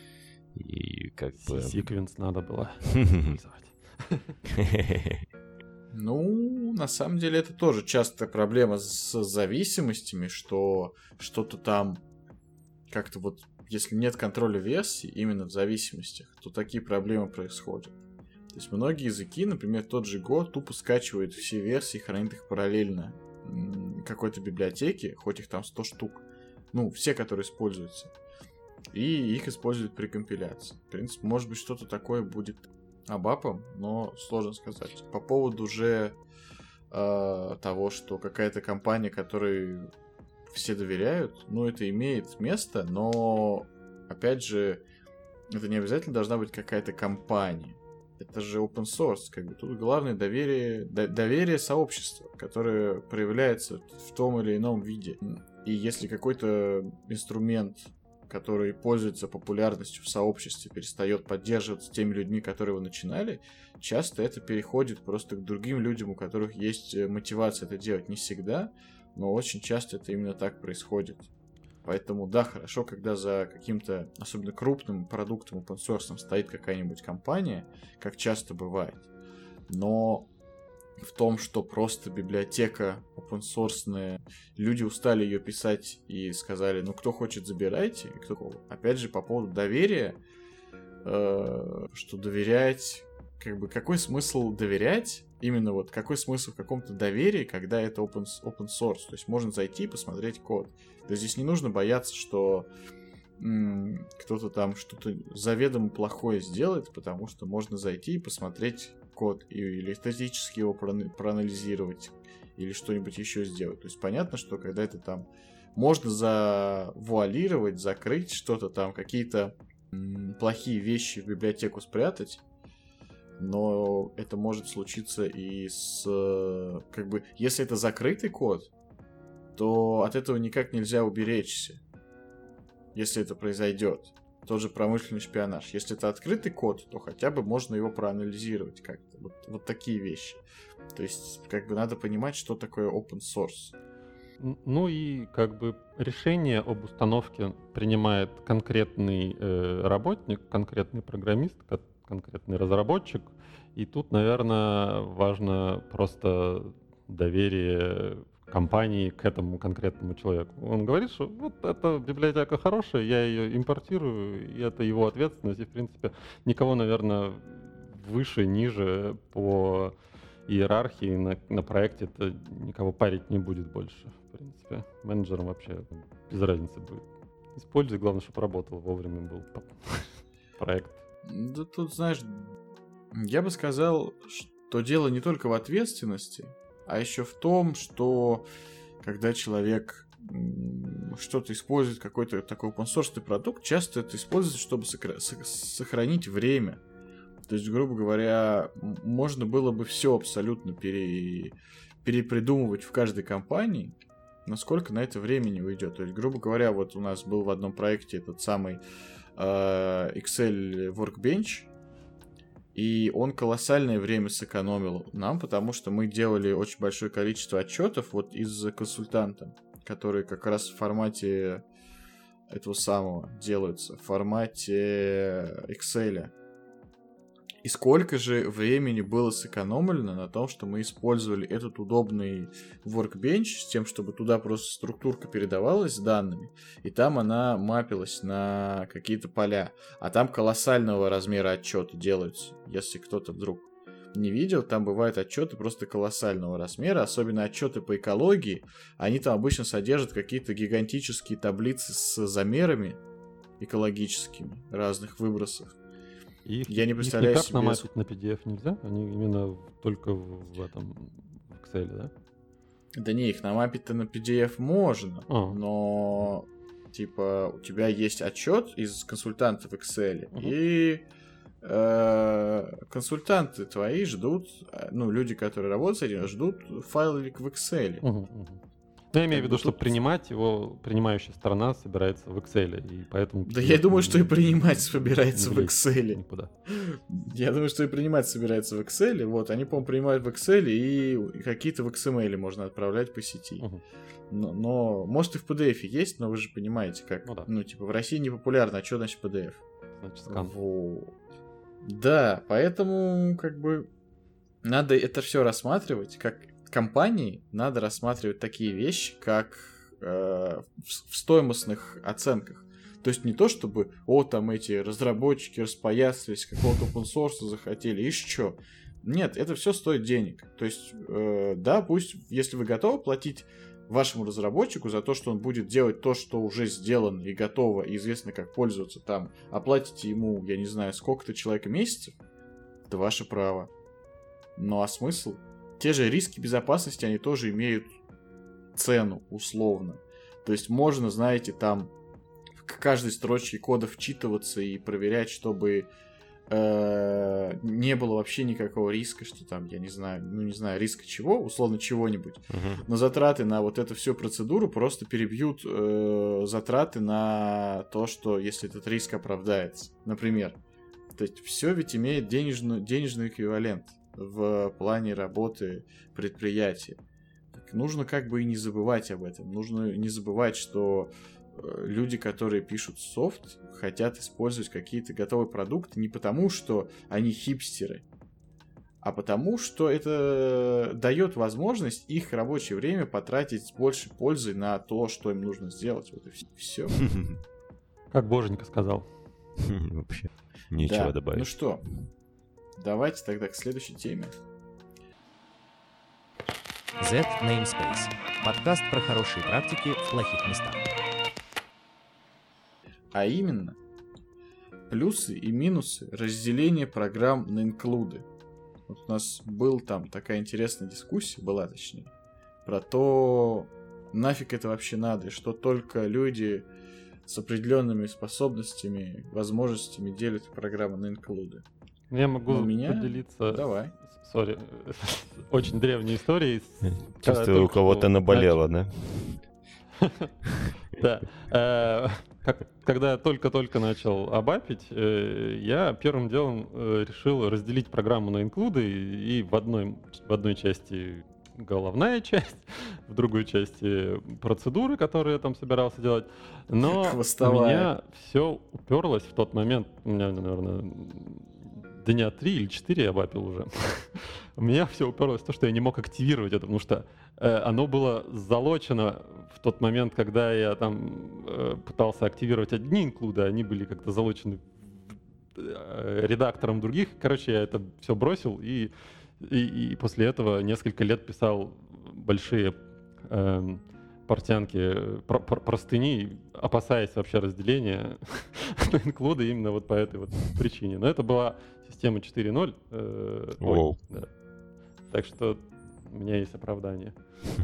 И как бы... Секвенс надо было. Ну, на самом деле, это тоже частая проблема с зависимостями, что что-то там как-то вот, если нет контроля версий именно в зависимостях, то такие проблемы происходят. То есть многие языки, например, тот же Go, тупо скачивает все версии, хранит их параллельно какой-то библиотеке, хоть их там 100 штук, ну, все, которые используются, и их используют при компиляции. В принципе, может быть, что-то такое будет Абапом, но сложно сказать. По поводу уже того, что какая-то компания, которой все доверяют, ну, это имеет место, но, опять же, это не обязательно должна быть какая-то компания. Это же open source, как бы тут главное доверие сообщества, которое проявляется в том или ином виде. И если какой-то инструмент, который пользуется популярностью в сообществе, перестает поддерживаться теми людьми, которые его начинали, часто это переходит просто к другим людям, у которых есть мотивация это делать. Не всегда, но очень часто это именно так происходит. Поэтому, да, хорошо, когда за каким-то, особенно крупным продуктом open source стоит какая-нибудь компания, как часто бывает. Но в том, что просто библиотека open source, люди устали ее писать и сказали, ну, кто хочет, забирайте. Опять же, по поводу доверия, что доверять, как бы, какой смысл доверять? Именно вот какой смысл в каком-то доверии, когда это open source? То есть можно зайти и посмотреть код. То есть здесь не нужно бояться, что кто-то там что-то заведомо плохое сделает, потому что можно зайти и посмотреть код, или статически его проанализировать, или что-нибудь еще сделать. То есть понятно, что когда это там можно завуалировать, закрыть что-то там, какие-то плохие вещи в библиотеку спрятать, но это может случиться и с... Как бы, если это закрытый код, то от этого никак нельзя уберечься, если это произойдет. Тот же промышленный шпионаж. Если это открытый код, то хотя бы можно его проанализировать как-то. Вот такие вещи. То есть, как бы надо понимать, что такое open source. Ну и как бы решение об установке принимает конкретный работник, конкретный программист, конкретный разработчик. И тут, наверное, важно просто доверие компании к этому конкретному человеку. Он говорит, что вот эта библиотека хорошая, я ее импортирую, и это его ответственность. И, в принципе, никого, наверное, выше, ниже по иерархии на проекте это никого парить не будет больше. В принципе, менеджерам вообще без разницы будет. Используй, главное, чтобы работал, вовремя был проект. Да тут, знаешь, я бы сказал, что дело не только в ответственности, а еще в том, что когда человек что-то использует, какой-то такой open-source продукт, часто это используется, чтобы сохранить время. То есть, грубо говоря, можно было бы все абсолютно перепридумывать в каждой компании, но сколько на это времени уйдет. То есть, грубо говоря, вот у нас был в одном проекте этот самый Excel Workbench, и он колоссальное время сэкономил нам, потому что мы делали очень большое количество отчетов вот из консультанта, которые как раз в формате этого самого делаются, в формате Excel. И сколько же времени было сэкономлено на том, что мы использовали этот удобный workbench с тем, чтобы туда просто структурка передавалась с данными, и там она мапилась на какие-то поля. А там колоссального размера отчеты делаются. Если кто-то вдруг не видел, там бывают отчеты просто колоссального размера, особенно отчеты по экологии. Они там обычно содержат какие-то гигантические таблицы с замерами экологическими разных выбросов. Я не представляю себе... Их никак намапить на PDF нельзя? Они именно только в Excel, да? Да не, их намапить-то на PDF можно, но типа у тебя есть отчет из консультанта в Excel, и консультанты твои ждут, ну, люди, которые работают с этим, ждут файлик в Excel. Ну, я имею в виду, что принимать его принимающая сторона собирается в Excel, и поэтому... Да я думаю, что и принимать собирается в Excel. Никуда. Я думаю, что и принимать собирается в Excel. Вот, они, по-моему, принимают в Excel, и какие-то в XML можно отправлять по сети. Но может, и в PDF есть, но вы же понимаете, как... Ну, типа, в России не популярно, а что значит PDF? Значит, скан. Да, поэтому, как бы, надо это все рассматривать, как... Компании надо рассматривать такие вещи, как в стоимостных оценках. То есть не то, чтобы, там эти разработчики распоясались, какого-то open source захотели, и что. Нет, это все стоит денег. То есть, да, пусть, если вы готовы платить вашему разработчику за то, что он будет делать то, что уже сделано и готово, и известно, как пользоваться там, оплатите ему, я не знаю, сколько-то человек месяцев, это ваше право. Ну а смысл? Те же риски безопасности, они тоже имеют цену, условно. То есть можно, знаете, там к каждой строчке кода вчитываться и проверять, чтобы не было вообще никакого риска, что там, я не знаю, риска чего, условно чего-нибудь. Но затраты на вот эту всю процедуру просто перебьют затраты на то, что если этот риск оправдается. Например. То есть все ведь имеет денежный эквивалент в плане работы предприятия. Так нужно как бы и не забывать об этом. Нужно не забывать, что люди, которые пишут софт, хотят использовать какие-то готовые продукты не потому, что они хипстеры, а потому, что это дает возможность их рабочее время потратить с большей пользой на то, что им нужно сделать. Вот и все. Как Боженька сказал. Вообще нечего добавить. Ну что, давайте тогда к следующей теме. Z-Namespace. Подкаст про хорошие практики в плохих местах. А именно, плюсы и минусы разделения программ на инклюды. Вот у нас была там такая интересная дискуссия, точнее, про то, нафиг это вообще надо, и что только люди с определенными способностями, возможностями делят программы на инклюды. Я могу поделиться... Давай. Сори, очень древней историей. Чувствую, у кого-то наболело, да? Да. Когда я только-только начал абапить, я первым делом решил разделить программу на инклюды, и в одной части головная часть, в другой части процедуры, которые я там собирался делать. Но у меня все уперлось в тот момент, у меня, наверное, дня 3 или 4 я абапил уже. У меня все уперлось в то, что я не мог активировать это, потому что оно было залочено в тот момент, когда я там пытался активировать одни инклюды, они были как-то залочены редактором других. Короче, я это все бросил, и после этого несколько лет писал большие портянки, простыни, опасаясь вообще разделения на инклюды именно вот по этой вот причине. Но это была система 4.0. Да. Так что у меня есть оправдание.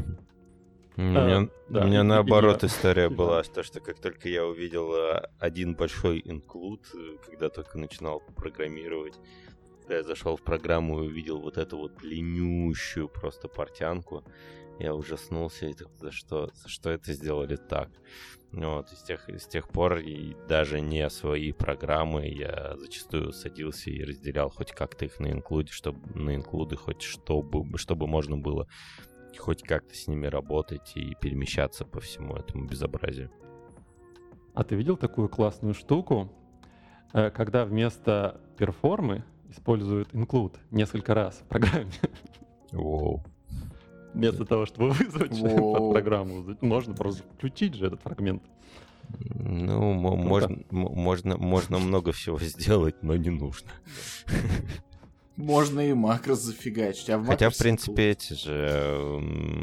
У меня наоборот история была, то, что как только я увидел один большой инклюд, когда только начинал программировать, когда я зашел в программу и увидел вот эту вот длиннющую просто портянку, я ужаснулся, и за что это сделали так? Вот, с тех пор и даже не свои программы я зачастую садился и разделял хоть как-то их на инклюды, хоть чтобы можно было хоть как-то с ними работать и перемещаться по всему этому безобразию. А ты видел такую классную штуку, когда вместо перформы используют include несколько раз в программе? Воу. Вместо того, чтобы вызвать под программу, можно просто включить же этот фрагмент. Ну, можно много всего сделать, но не нужно. Можно и макрос зафигачить. Хотя, в принципе, эти же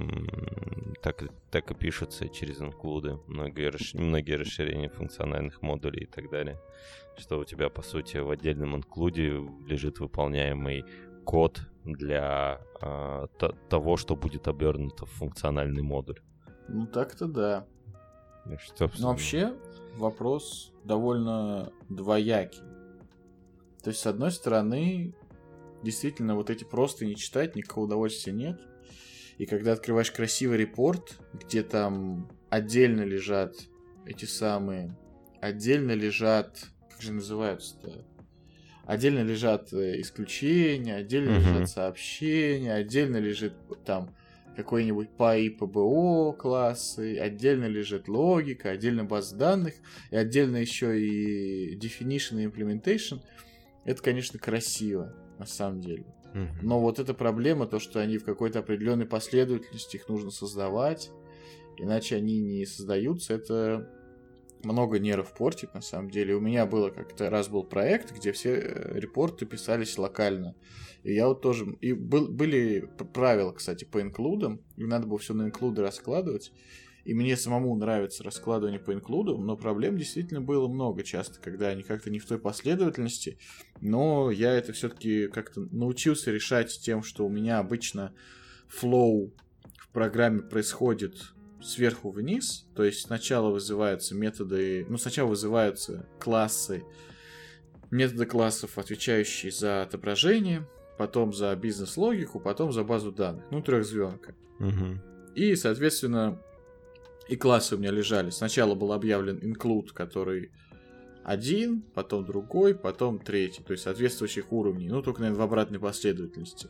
так и пишутся через инклюды. Многие расширения функциональных модулей и так далее. Что у тебя, по сути, в отдельном инклюде лежит выполняемый код для того, что будет обернуто в функциональный модуль. Ну, так-то да. Но вообще вопрос довольно двоякий. То есть, с одной стороны, действительно, вот эти просто не читать, никакого удовольствия нет. И когда открываешь красивый репорт, где там отдельно лежат эти самые... Отдельно лежат... Как же называются-то? Отдельно лежат исключения, отдельно лежат сообщения, отдельно лежит там какой-нибудь PI, ПБО классы, отдельно лежит логика, отдельно база данных, и отдельно еще и definition и implementation. Это, конечно, красиво, на самом деле. Но вот эта проблема, то, что они в какой-то определенной последовательности их нужно создавать, иначе они не создаются, это много нервов портит, на самом деле. У меня было как-то раз был проект, где все репорты писались локально. И я вот тоже... были правила, кстати, по инклюдам, и надо было все на инклюды раскладывать. И мне самому нравится раскладывание по инклюдам, но проблем действительно было много часто, когда они как-то не в той последовательности, но я это все-таки как-то научился решать тем, что у меня обычно флоу в программе происходит сверху вниз, то есть сначала вызываются методы, сначала вызываются классы, методы классов, отвечающие за отображение, потом за бизнес-логику, потом за базу данных, трехзвенка. И, соответственно, и классы у меня лежали. Сначала был объявлен include, который один, потом другой, потом третий. То есть соответствующих уровней. Только, наверное, в обратной последовательности.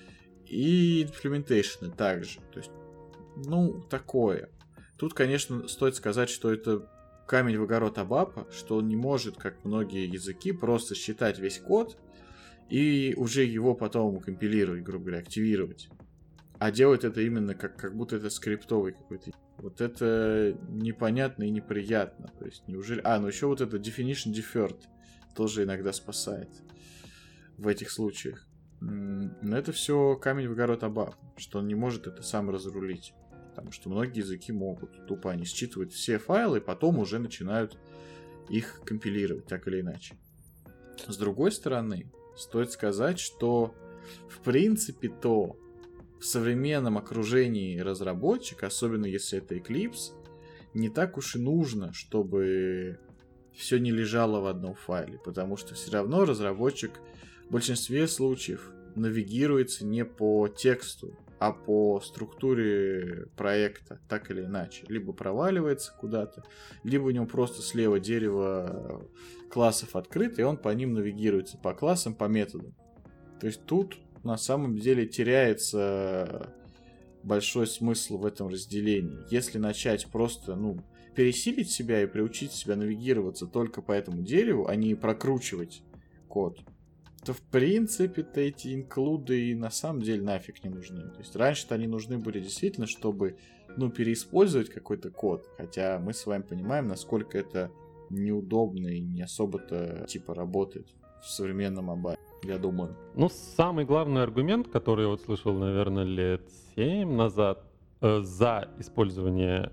И implementation также. То есть, такое. Тут, конечно, стоит сказать, что это камень в огород ABAP, что он не может, как многие языки, просто считать весь код и уже его потом компилировать, грубо говоря, активировать. А делать это именно как будто это скриптовый какой-то. Вот это непонятно и неприятно. То есть неужели... еще вот это definition deferred тоже иногда спасает в этих случаях. Но это все камень в огород ABAP, что он не может это сам разрулить. Потому что многие языки могут. Тупо они считывают все файлы и потом уже начинают их компилировать, так или иначе. С другой стороны, стоит сказать, что в принципе-то в современном окружении разработчика, особенно если это Eclipse, не так уж и нужно, чтобы все не лежало в одном файле, потому что все равно разработчик в большинстве случаев навигируется не по тексту, а по структуре проекта, так или иначе. Либо проваливается куда-то, либо у него просто слева дерево классов открыто, и он по ним навигируется, по классам, по методам. То есть тут на самом деле теряется большой смысл в этом разделении. Если начать просто, пересилить себя и приучить себя навигироваться только по этому дереву, а не прокручивать код, то в принципе-то эти инклюды и на самом деле нафиг не нужны. То есть раньше-то они нужны были действительно, чтобы, переиспользовать какой-то код, хотя мы с вами понимаем, насколько это неудобно и не особо-то работает в современном ABAP. Я думаю. Самый главный аргумент, который я слышал, наверное, лет 7 назад, за использование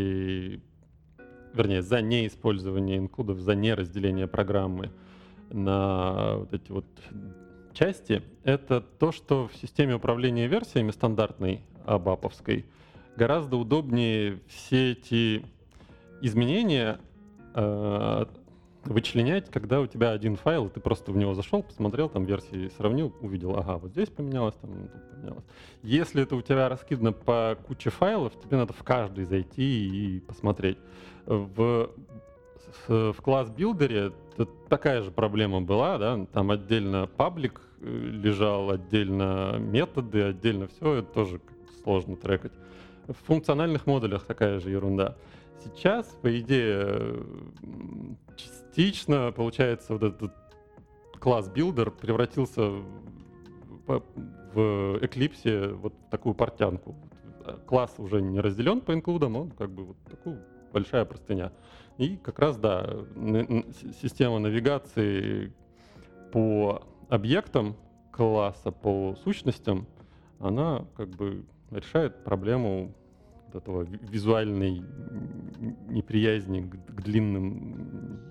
за неиспользование инклюдов, за неразделение программы на вот эти вот части, это то, что в системе управления версиями стандартной ABAP-овской гораздо удобнее все эти изменения вычленять, когда у тебя один файл, и ты просто в него зашел, посмотрел, там версии сравнил, увидел, вот здесь поменялось, там тут поменялось. Если это у тебя раскидано по куче файлов, тебе надо в каждый зайти и посмотреть. В класс-билдере такая же проблема была, да, там отдельно паблик лежал, отдельно методы, отдельно все, это тоже сложно трекать. В функциональных модулях такая же ерунда. Сейчас, по идее, частично, получается, вот этот класс-билдер превратился в Eclipse вот в такую портянку. Класс уже не разделен по инклюдам, он вот такая большая простыня. И как раз, система навигации по объектам класса, по сущностям, она решает проблему этого визуальной неприязни к длинным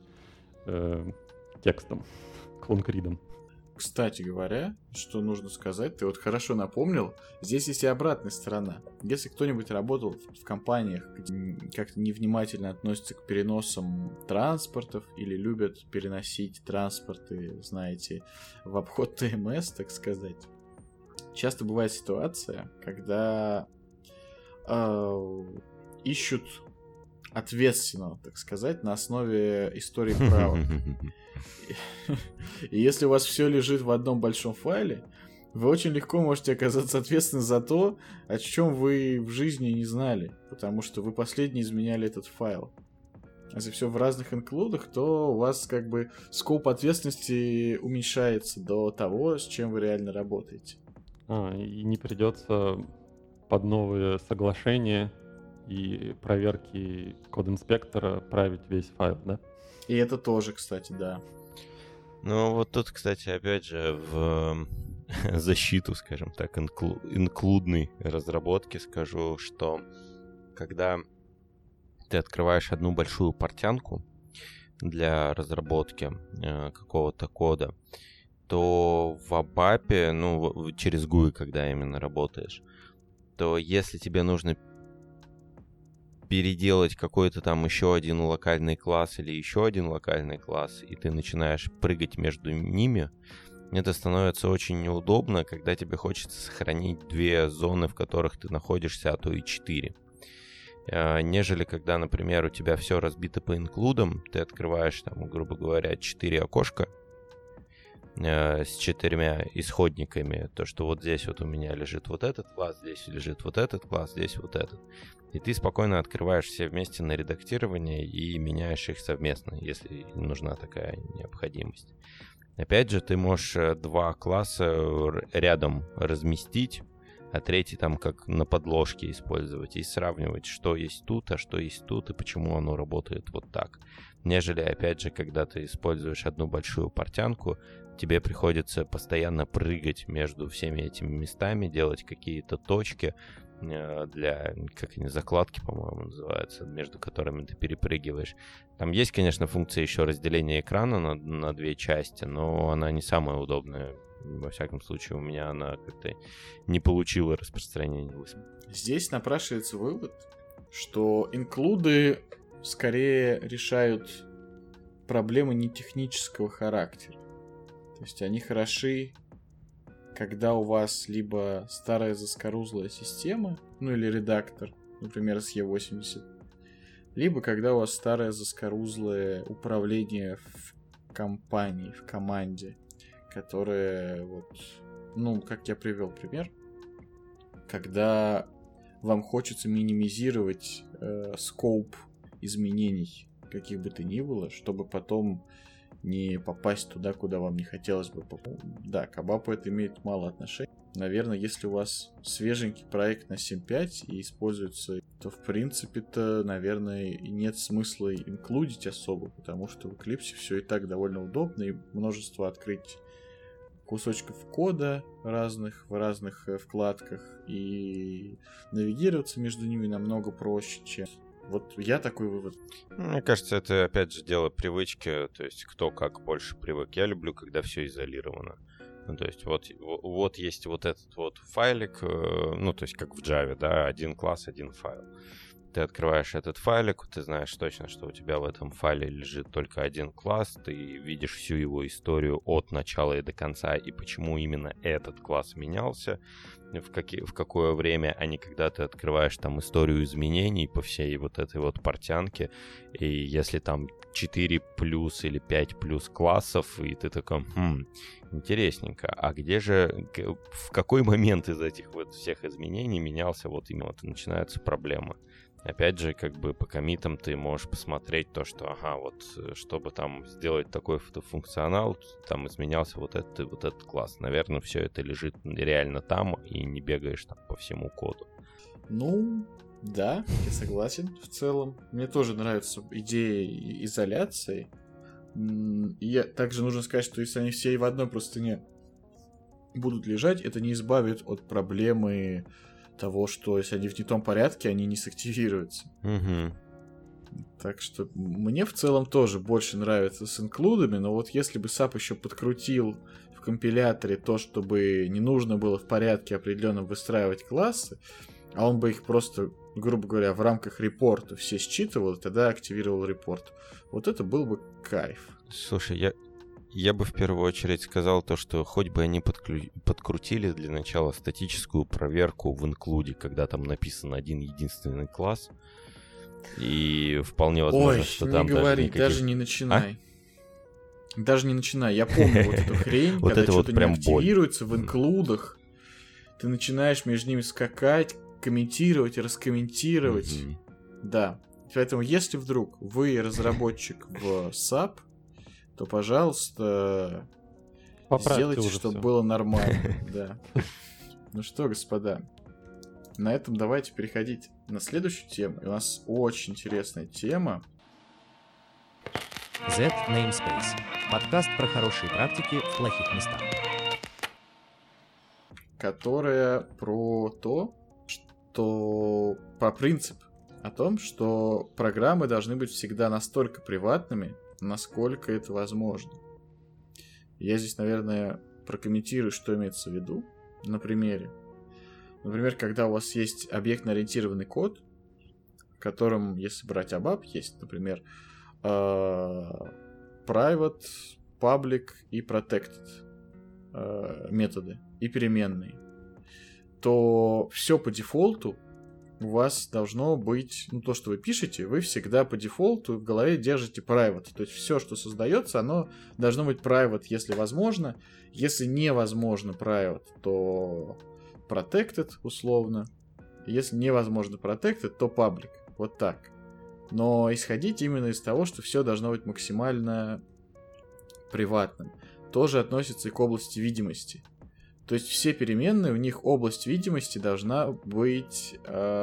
текстам, к лонгридам. Кстати говоря, что нужно сказать, ты хорошо напомнил, здесь есть и обратная сторона. Если кто-нибудь работал в компаниях, где как-то невнимательно относятся к переносам транспортов или любят переносить транспорты, знаете, в обход ТМС, так сказать, часто бывает ситуация, когда ищут ответственного, так сказать, на основе истории права. И если у вас все лежит в одном большом файле, вы очень легко можете оказаться ответственны за то, о чем вы в жизни не знали, потому что вы последний изменяли этот файл. Если все в разных инклюдах, то у вас скоп ответственности уменьшается до того, с чем вы реально работаете. И не придется под новые соглашения и проверки код-инспектора править весь файл, да? И это тоже, кстати, да. Вот тут, кстати, опять же, в защиту, скажем так, инклюдной разработки скажу, что когда ты открываешь одну большую портянку для разработки какого-то кода, то в ABAP, через GUI, когда именно работаешь, то если тебе нужно переделать какой-то там еще один локальный класс или еще один локальный класс, и ты начинаешь прыгать между ними, это становится очень неудобно, когда тебе хочется сохранить 2 зоны, в которых ты находишься, а то и 4. Нежели когда, например, у тебя все разбито по инклюдам, ты открываешь, там, грубо говоря, 4 окошка с 4 исходниками, то, что вот здесь вот у меня лежит вот этот класс, здесь лежит вот этот класс, здесь вот этот. И ты спокойно открываешь все вместе на редактирование и меняешь их совместно, если нужна такая необходимость. Опять же, ты можешь 2 класса рядом разместить, а 3 там как на подложке использовать и сравнивать, что есть тут, а что есть тут, и почему оно работает вот так. Нежели, опять же, когда ты используешь одну большую портянку, тебе приходится постоянно прыгать между всеми этими местами, делать какие-то точки для, как они, закладки, по-моему, называются, между которыми ты перепрыгиваешь. Там есть, конечно, функция еще разделения экрана на 2 части, но она не самая удобная. Во всяком случае, у меня она как-то не получила распространения. Здесь напрашивается вывод, что инклюды скорее решают проблемы не технического характера. То есть они хороши, когда у вас либо старая заскорузлая система, или редактор, например, с E80, либо когда у вас старое заскорузлое управление в компании, в команде, которое как я привел пример, когда вам хочется минимизировать скоуп изменений, каких бы то ни было, чтобы потом не попасть туда, куда вам не хотелось бы попасть. Да, к ABAP это имеет мало отношения. Наверное, если у вас свеженький проект на 7.5 и используется, то в принципе-то, наверное, и нет смысла инклюдить особо, потому что в Eclipse все и так довольно удобно, и множество открыть кусочков кода разных в разных вкладках, и навигироваться между ними намного проще, чем... Вот я такой вывод. Мне кажется, это опять же дело привычки, то есть кто как больше привык. Я люблю, когда все изолировано. То есть вот есть вот этот вот файлик, то есть как в Java, да, один класс, один файл. Ты открываешь этот файлик, ты знаешь точно, что у тебя в этом файле лежит только один класс, ты видишь всю его историю от начала и до конца, и почему именно этот класс менялся, в какое время, а не когда ты открываешь там историю изменений по всей вот этой вот портянке, и если там 4 плюс или 5 плюс классов, и ты такой, интересненько, а где же, в какой момент из этих вот всех изменений менялся вот именно, вот начинаются проблемы. Опять же, как бы по коммитам ты можешь посмотреть то, что, чтобы там сделать такой функционал, там изменялся вот этот класс. Наверное, все это лежит реально там, и не бегаешь там по всему коду. Да, я согласен в целом. Мне тоже нравится идея изоляции. И также нужно сказать, что если они все в одной простыне будут лежать, это не избавит от проблемы того, что если они в не том порядке, они не сактивируются. Так что мне в целом тоже больше нравится с инклюдами, но вот если бы SAP еще подкрутил в компиляторе то, чтобы не нужно было в порядке определенном выстраивать классы, а он бы их просто, грубо говоря, в рамках репорта все считывал, и тогда активировал репорт. Вот это был бы кайф. Слушай, я бы в первую очередь сказал то, что хоть бы они подкрутили для начала статическую проверку в инклюде, когда там написан один единственный класс, и вполне возможно, что там не говори, даже не начинай. Даже не начинай. Я помню вот эту хрень, когда что-то не активируется в инклюдах, ты начинаешь между ними скакать, комментировать и раскомментировать. Да. Поэтому, если вдруг вы разработчик в SAP, то, пожалуйста, сделайте, чтобы было нормально. Да. Ну что, господа, на этом давайте переходить на следующую тему. У нас очень интересная тема. Z-Namespace. Подкаст про хорошие практики в плохих местах. Которая про то, что... Про принцип о том, что программы должны быть всегда настолько приватными, насколько это возможно. Я здесь, наверное, прокомментирую, что имеется в виду на примере. Например, когда у вас есть объектно-ориентированный код, в котором, если брать ABAP, есть, например, private, public и protected методы и переменные, то все по дефолту у вас должно быть, то, что вы пишете, вы всегда по дефолту в голове держите private. То есть все, что создается, оно должно быть private, если возможно. Если невозможно private, то protected условно. Если невозможно protected, то public. Вот так. Но исходить именно из того, что все должно быть максимально приватным. Тоже относится и к области видимости. То есть все переменные, у них область видимости должна быть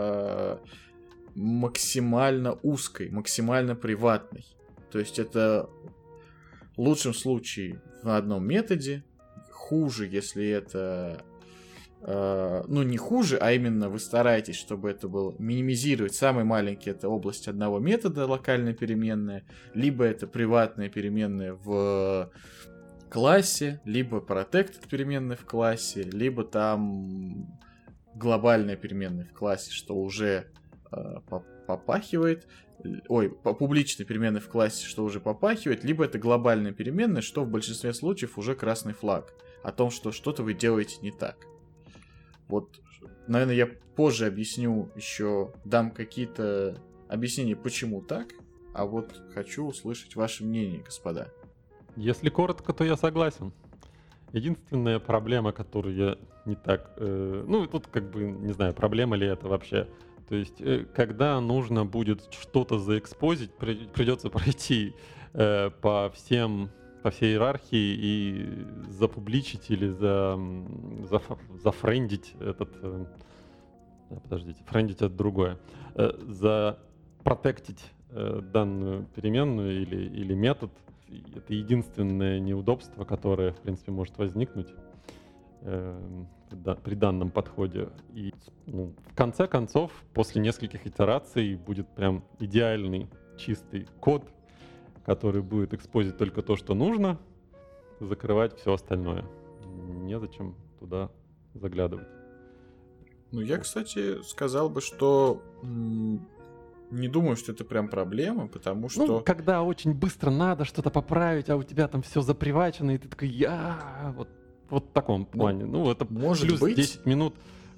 максимально узкой, максимально приватной. То есть это в лучшем случае в одном методе, хуже, если это... не хуже, а именно вы стараетесь, чтобы это было минимизировать. Самый маленький — это область одного метода, локальная переменная, либо это приватная переменная в классе, либо protected переменная в классе, либо там глобальная переменная в классе, что уже попахивает, публичная переменная в классе, что уже попахивает, либо это глобальная переменная, что в большинстве случаев уже красный флаг о том, что что-то вы делаете не так. Вот, наверное, я позже объясню еще, дам какие-то объяснения, почему так, а вот хочу услышать ваше мнение, господа. Если коротко, то я согласен. Единственная проблема, которую я не так... тут не знаю, проблема ли это вообще. То есть, когда нужно будет что-то заэкспозить, придется пройти по всей иерархии и запубличить или зафрендить этот... френдить это другое. Запротектить данную переменную или метод. Это единственное неудобство, которое, в принципе, может возникнуть при данном подходе. И в конце концов, после нескольких итераций будет прям идеальный чистый код, который будет экспозить только то, что нужно, закрывать все остальное. Незачем туда заглядывать. Я, кстати, сказал бы, что не думаю, что это прям проблема, потому что... когда очень быстро надо что-то поправить, а у тебя там все запривачено, и ты такой, вот в таком плане. Это может плюс быть 10 минут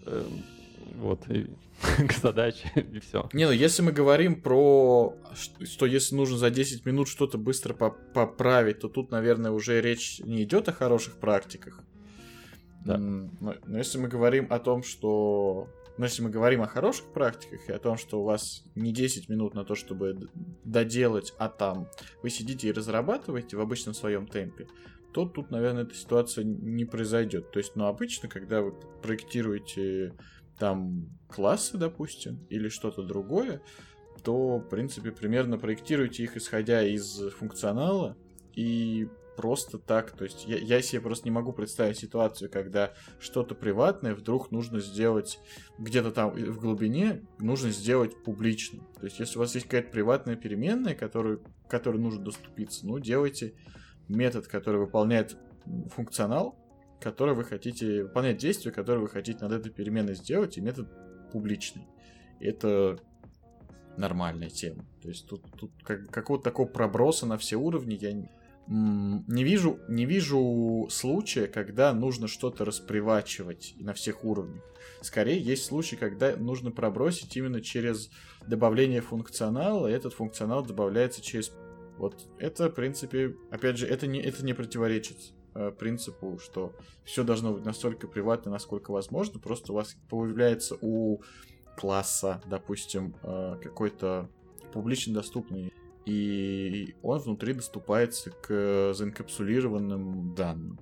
к задаче, и все. Если мы говорим про, что если нужно за 10 минут что-то быстро поправить, то тут, наверное, уже речь не идет о хороших практиках. Да. Но если мы говорим о том, что... если мы говорим о хороших практиках и о том, что у вас не 10 минут на то, чтобы доделать, а там вы сидите и разрабатываете в обычном своем темпе, то тут, наверное, эта ситуация не произойдет. То есть, обычно, когда вы проектируете там классы, допустим, или что-то другое, то, в принципе, примерно проектируете их, исходя из функционала, и просто так, то есть я себе просто не могу представить ситуацию, когда что-то приватное вдруг нужно сделать где-то там в глубине, нужно сделать публичным. То есть если у вас есть какая-то приватная переменная, которой нужно доступиться, делайте метод, который выполняет функционал, который вы хотите, выполнять действие, которое вы хотите над этой переменной сделать, и метод публичный. Это нормальная тема. То есть тут какого-то такого проброса на все уровни я не вижу случая, когда нужно что-то распривачивать на всех уровнях. Скорее, есть случаи, когда нужно пробросить именно через добавление функционала, и этот функционал добавляется через... Вот это, в принципе, опять же, это не противоречит принципу, что все должно быть настолько приватно, насколько возможно. Просто у вас появляется у класса, допустим, какой-то публично доступный, и он внутри доступается к заинкапсулированным данным.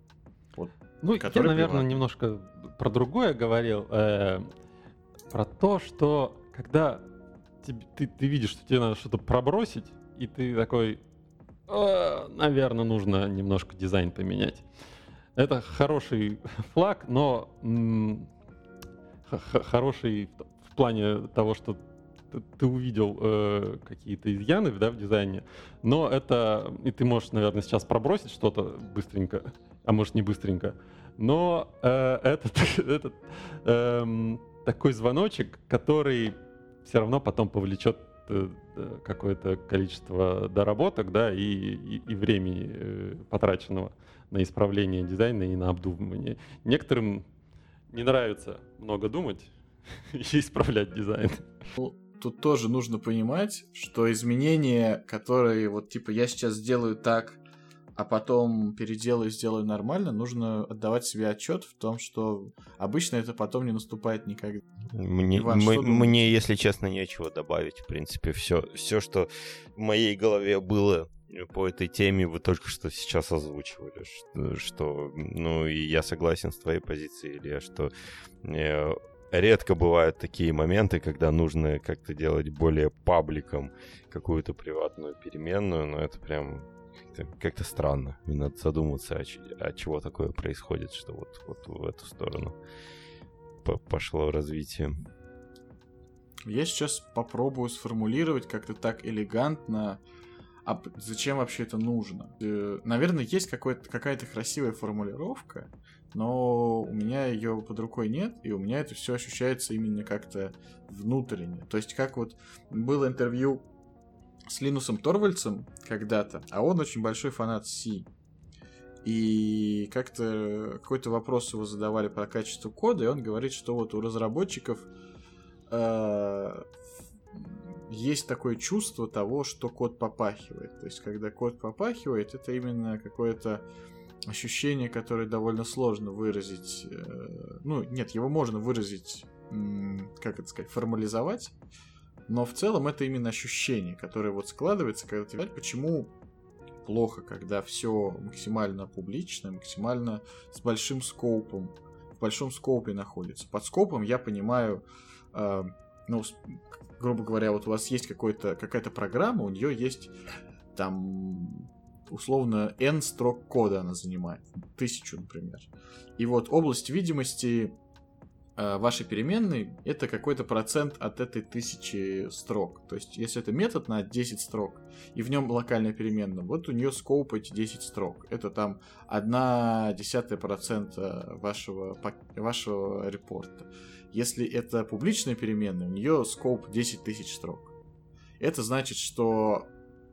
Я, наверное, немножко про другое говорил. Про то, что когда ты видишь, что тебе надо что-то пробросить, и ты такой, наверное, нужно немножко дизайн поменять. Это хороший флаг, но хороший в плане того, что ты увидел какие-то изъяны, да, в дизайне, но это... И ты можешь, наверное, сейчас пробросить что-то быстренько, а может не быстренько, но этот такой звоночек, который все равно потом повлечет какое-то количество доработок, да, и времени потраченного на исправление дизайна и на обдумывание. Некоторым не нравится много думать и исправлять дизайн. Ну, тут тоже нужно понимать, что изменения, которые вот типа я сейчас сделаю так, а потом переделаю и сделаю нормально, нужно отдавать себе отчет в том, что обычно это потом не наступает никогда. Мне, если честно, нечего добавить. В принципе, все, что в моей голове было по этой теме, вы только что сейчас озвучивали. Что, ну, и я согласен с твоей позицией, Илья, что редко бывают такие моменты, когда нужно как-то делать более пабликом какую-то приватную переменную, но это прям как-то странно. И надо задуматься, от чего такое происходит, что вот в эту сторону пошло развитие. Я сейчас попробую сформулировать как-то так элегантно, а зачем вообще это нужно. Наверное, есть какая-то красивая формулировка, но у меня ее под рукой нет, и у меня это все ощущается именно как-то внутренне. То есть как вот было интервью с Линусом Торвальдсом когда-то, а он очень большой фанат C. И как-то какой-то вопрос его задавали про качество кода, и он говорит, что вот у разработчиков есть такое чувство того, что код попахивает. То есть, когда код попахивает, это именно какое-то ощущение, которое довольно сложно выразить. Ну, нет, его можно выразить, как это сказать, формализовать. Но в целом это именно ощущение, которое вот складывается, когда ты... Почему плохо, когда все максимально публично, максимально с большим скопом, в большом скопе находится. Под скопом я понимаю, ну, грубо говоря, вот у вас есть какая-то программа, у нее есть там условно N строк кода она занимает, 1000, например. И вот область видимости вашей переменной — это какой-то процент от этой 1000 строк. То есть, если это метод на 10 строк, и в нем локальная переменная, вот у нее скоуп эти 10 строк. Это там 0,1% вашего репорта. Если это публичная переменная, у нее скоуп 10 000 строк. Это значит, что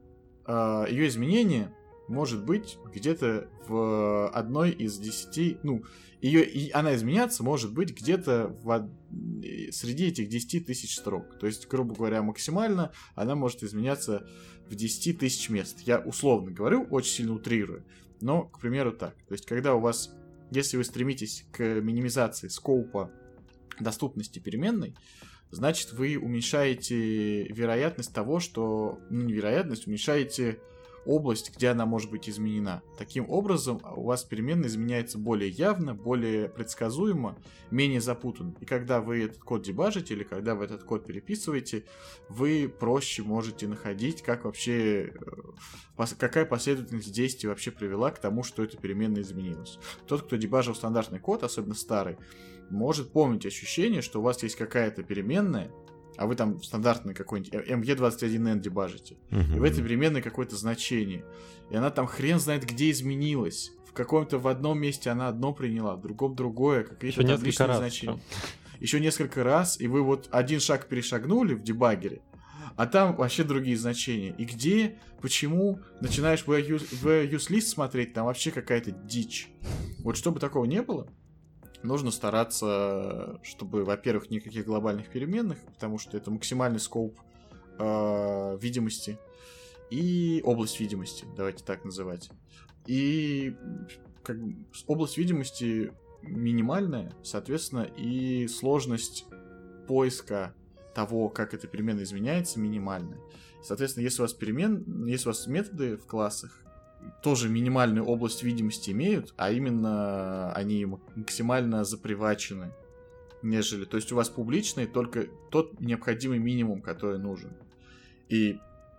ее изменение может быть где-то в одной из 10, ну, она изменяться может быть где-то среди этих 10 000 строк. То есть, грубо говоря, максимально она может изменяться в 10 000 мест. Я условно говорю, очень сильно утрирую, но, к примеру, так. То есть, когда у вас, если вы стремитесь к минимизации скоупа доступности переменной, значит, вы уменьшаете вероятность того, что... Ну, не вероятность, уменьшаете область, где она может быть изменена. Таким образом, у вас переменная изменяется более явно, более предсказуемо, менее запутанно. И когда вы этот код дебажите или когда вы этот код переписываете, вы проще можете находить, как вообще, какая последовательность действий вообще привела к тому, что эта переменная изменилась. Тот, кто дебажил стандартный код, особенно старый, может помнить ощущение, что у вас есть какая-то переменная, а вы там стандартный какой-нибудь ME21N дебажите, и в этой переменной какое-то значение, и она там хрен знает где изменилась. В каком-то в одном месте она одно приняла, в другом другое, какие-то табличные значения. Еще несколько раз, и вы вот один шаг перешагнули в дебагере, а там вообще другие значения. И где, почему, начинаешь в uselist смотреть, там вообще какая-то дичь. Вот чтобы такого не было, нужно стараться, чтобы, во-первых, никаких глобальных переменных, потому что это максимальный скоуп видимости и область видимости, давайте так называть. И область видимости минимальная, соответственно, и сложность поиска того, как эта переменная изменяется, минимальная. Соответственно, если у вас методы в классах тоже минимальную область видимости имеют, а именно они максимально запривачены, нежели... То есть у вас публичный только тот необходимый минимум, который нужен. И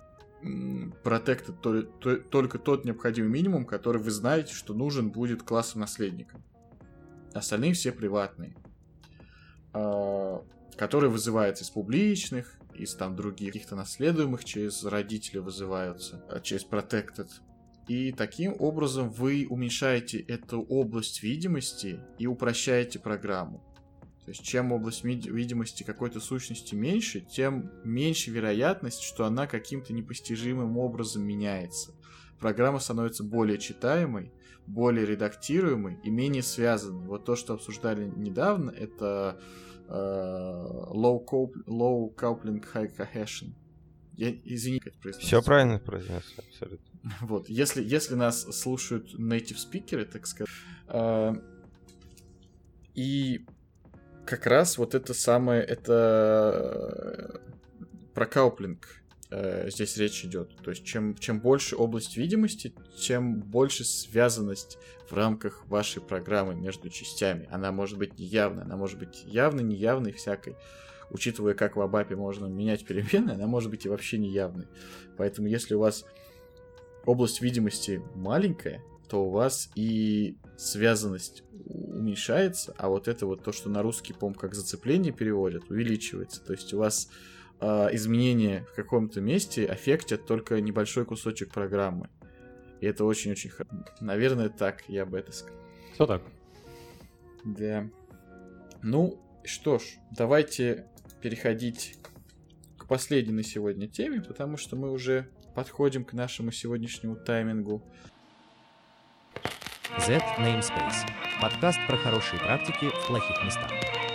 protected только тот необходимый минимум, который вы знаете, что нужен будет классом наследника. Остальные все приватные, которые вызываются из публичных, из там других каких-то наследуемых через родителей вызываются, через Protected. И таким образом вы уменьшаете эту область видимости и упрощаете программу. То есть чем область видимости какой-то сущности меньше, тем меньше вероятность, что она каким-то непостижимым образом меняется. Программа становится более читаемой, более редактируемой и менее связанной. Вот то, что обсуждали недавно, это low coupling high cohesion. Извини, как произносится. Все правильно произнесли, абсолютно. Вот, если нас слушают native спикеры, так сказать, и как раз вот это самое, это про кауплинг здесь речь идет. То есть чем больше область видимости, тем больше связанность в рамках вашей программы между частями. Она может быть неявной, она может быть явной, неявной, всякой. Учитывая, как в ABAP можно менять переменные, она может быть и вообще неявной. Поэтому если у вас область видимости маленькая, то у вас и связанность уменьшается, а вот это вот то, что на русский, по-моему, как зацепление переводят, увеличивается. То есть у вас изменения в каком-то месте аффектят только небольшой кусочек программы. И это очень-очень хорошо. Наверное, так я бы это сказал. Все так. Да. Ну, что ж, давайте переходить к последней на сегодня теме, потому что мы уже подходим к нашему сегодняшнему таймингу. Z-Namespace. Подкаст про хорошие практики в плохих местах.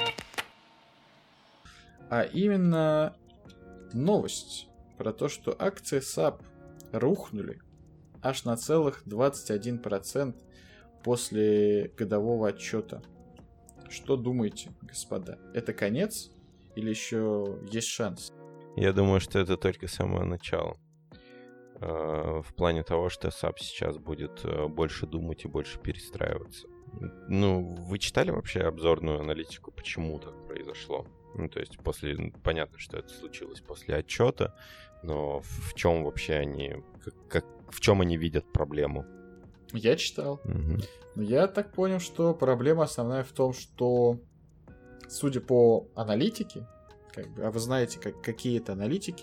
А именно новость про то, что акции SAP рухнули аж на целых 21% после годового отчета. Что думаете, господа? Это конец или еще есть шанс? Я думаю, что это только самое начало. В плане того, что SAP сейчас будет больше думать и больше перестраиваться. Ну, вы читали вообще обзорную аналитику, почему так произошло? Ну, то есть понятно, что это случилось после отчета, но в чем вообще они, в чем они видят проблему? Я читал. Но я так понял, что проблема основная в том, что, судя по аналитике, а вы знаете, какие это аналитики,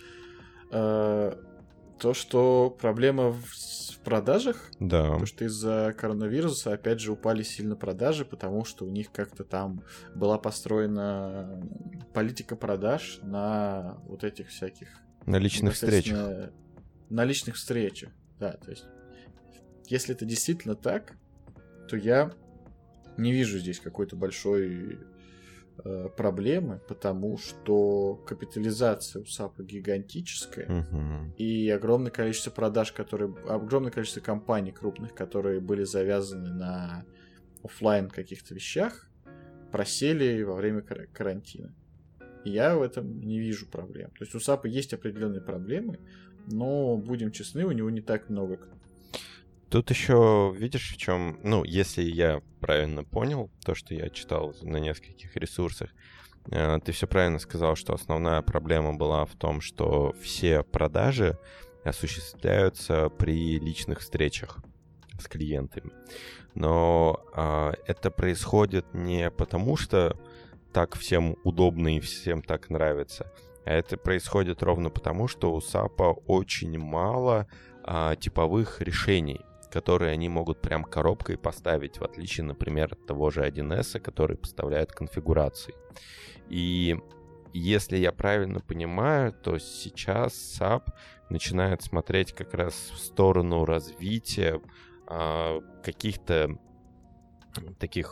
то, что проблема в продажах, да. Потому что из-за коронавируса, опять же, упали сильно продажи, потому что у них как-то там была построена политика продаж на вот этих всяких... На личных встречах. На личных встречах, да. То есть, если это действительно так, то я не вижу здесь какой-то большой проблемы, потому что капитализация у SAP гигантическая, и огромное количество продаж, огромное количество компаний крупных, которые были завязаны на офлайн каких-то вещах, просели во время карантина. И я в этом не вижу проблем. То есть у SAP есть определенные проблемы, но, будем честны, у него не так много. Тут еще, видишь, в чем... Ну, если я правильно понял то, что я читал на нескольких ресурсах, ты все правильно сказал, что основная проблема была в том, что все продажи осуществляются при личных встречах с клиентами. Но это происходит не потому, что так всем удобно и всем так нравится, а это происходит ровно потому, что у SAP очень мало типовых решений, которые они могут прям коробкой поставить, в отличие, например, от того же 1С, который поставляет конфигурации. И если я правильно понимаю, то сейчас SAP начинает смотреть как раз в сторону развития каких-то таких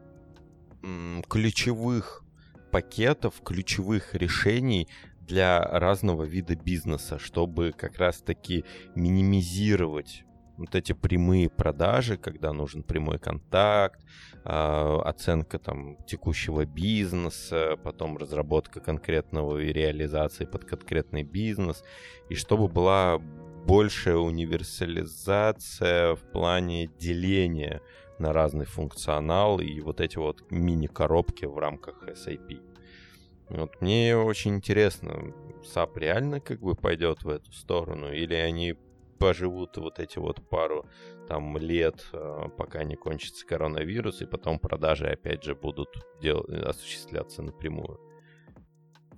ключевых пакетов, ключевых решений для разного вида бизнеса, чтобы как раз-таки минимизировать вот эти прямые продажи, когда нужен прямой контакт, оценка там текущего бизнеса, потом разработка конкретного и реализации под конкретный бизнес, и чтобы была большая универсализация в плане деления на разный функционал и вот эти вот мини-коробки в рамках SAP. Вот мне очень интересно, SAP реально как бы пойдет в эту сторону, или они поживут вот эти вот пару там лет, пока не кончится коронавирус, и потом продажи опять же будут осуществляться напрямую.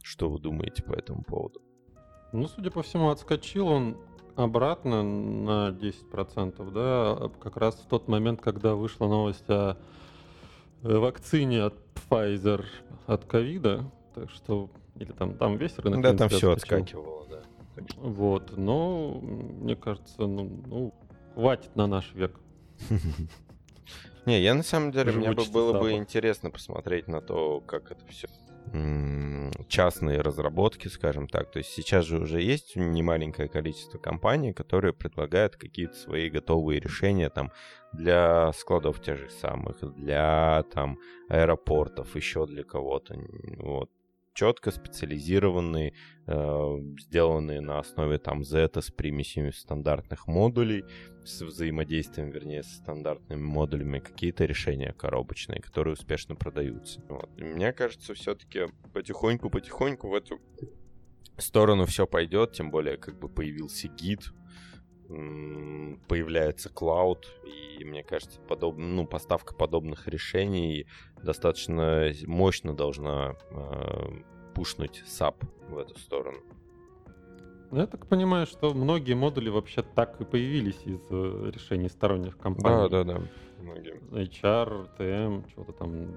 Что вы думаете по этому поводу? Ну, судя по всему, отскочил он обратно на 10%, да, как раз в тот момент, когда вышла новость о вакцине от Pfizer от ковида, так что, или там весь рынок... Да, там все отскакивало, да. Вот, но, мне кажется, ну, хватит на наш век. Не, я на самом деле, мне было бы интересно посмотреть на то, как это все частные разработки, скажем так. То есть сейчас же уже есть немаленькое количество компаний, которые предлагают какие-то свои готовые решения там для складов тех же самых, для там аэропортов, еще для кого-то. Вот. Четко специализированные, сделанные на основе там Zeta с примесями стандартных модулей, с взаимодействием, вернее, с стандартными модулями, какие-то решения коробочные, которые успешно продаются. Вот. И мне кажется, все-таки потихоньку в эту сторону все пойдет, тем более как бы появился гид, появляется клауд, и мне кажется, поставка подобных решений достаточно мощно должна пушнуть SAP в эту сторону. Я так понимаю, что многие модули вообще так и появились из решений сторонних компаний. Да. Многие. HR, TM, что-то там,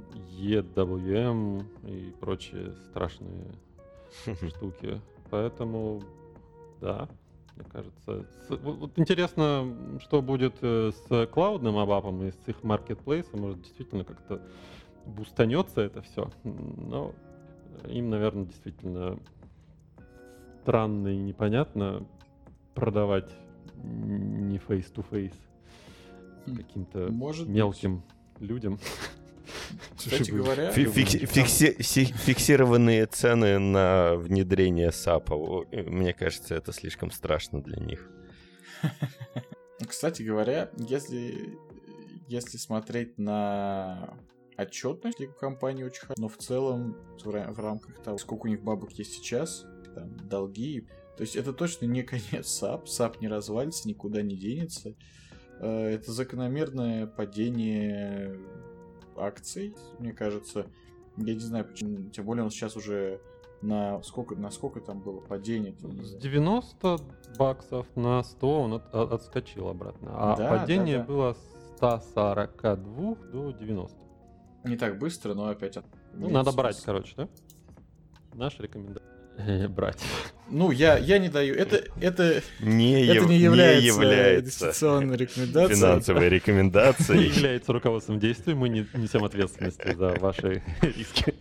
EWM и прочие страшные штуки. Поэтому, да, мне кажется. Вот интересно, что будет с клаудным абапом и с их маркетплейсом. Может, действительно как-то бустанется это все. Но им, наверное, действительно странно и непонятно продавать не face-to-face каким-то мелким людям. Кстати говоря... Фиксированные цены на внедрение SAP, мне кажется, это слишком страшно для них. Кстати говоря, если смотреть на отчетность компании очень хорошо, но в целом в рамках того, сколько у них бабок есть сейчас, там, долги, то есть это точно не конец SAP, SAP не развалится, никуда не денется. Это закономерное падение акций, мне кажется. Я не знаю почему, тем более он сейчас уже на сколько там было падение? С 90 баксов на 100 он отскочил обратно, а падение было с 142 до 90. Не так быстро, но опять... надо брать, короче, да? Наша рекомендация. Брать. Я не даю. Это не является инвестиционной рекомендацией. Финансовой рекомендацией. Не является руководством действий. Мы не несем ответственности за ваши риски.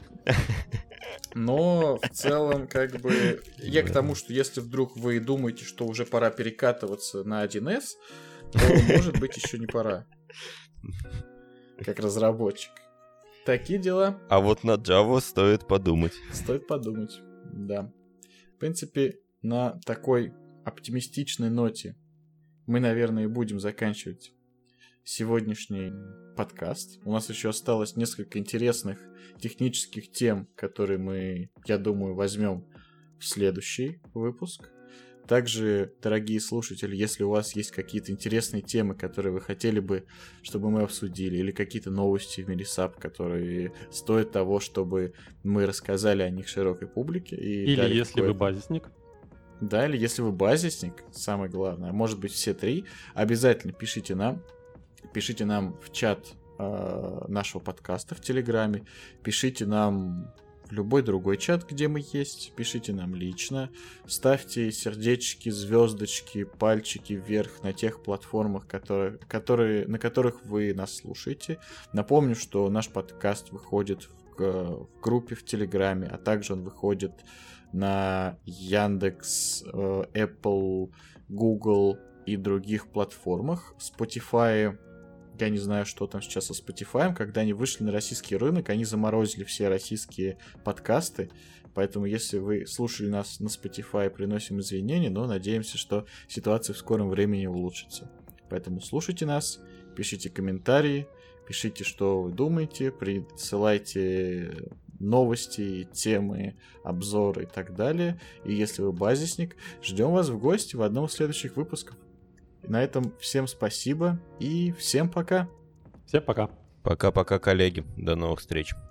Но в целом, как бы, я к тому, что если вдруг вы думаете, что уже пора перекатываться на 1С, то, может быть, еще не пора. Как разработчик. Такие дела. А вот на Java стоит подумать. Стоит подумать, да. В принципе, на такой оптимистичной ноте мы, наверное, и будем заканчивать сегодняшний подкаст. У нас еще осталось несколько интересных технических тем, которые мы, я думаю, возьмем в следующий выпуск. Также, дорогие слушатели, если у вас есть какие-то интересные темы, которые вы хотели бы, чтобы мы обсудили, или какие-то новости в мире SAP, которые стоят того, чтобы мы рассказали о них широкой публике. Или если вы базисник. Да, или если вы базисник, самое главное, а может быть все три, обязательно пишите нам в чат нашего подкаста в Телеграме, пишите нам в любой другой чат, где мы есть, пишите нам лично, ставьте сердечки, звездочки, пальчики вверх на тех платформах, на которых вы нас слушаете. Напомню, что наш подкаст выходит в группе в Телеграме, а также он выходит на Яндекс, Apple, Google и других платформах. Spotify, я не знаю, что там сейчас со Spotify. Когда они вышли на российский рынок, они заморозили все российские подкасты. Поэтому, если вы слушали нас на Spotify, приносим извинения, но надеемся, что ситуация в скором времени улучшится. Поэтому слушайте нас, пишите комментарии, пишите, что вы думаете, присылайте новости, темы, обзоры и так далее. И если вы базисник, ждем вас в гости в одном из следующих выпусков. На этом всем спасибо и всем пока. Всем пока. Пока-пока, коллеги. До новых встреч.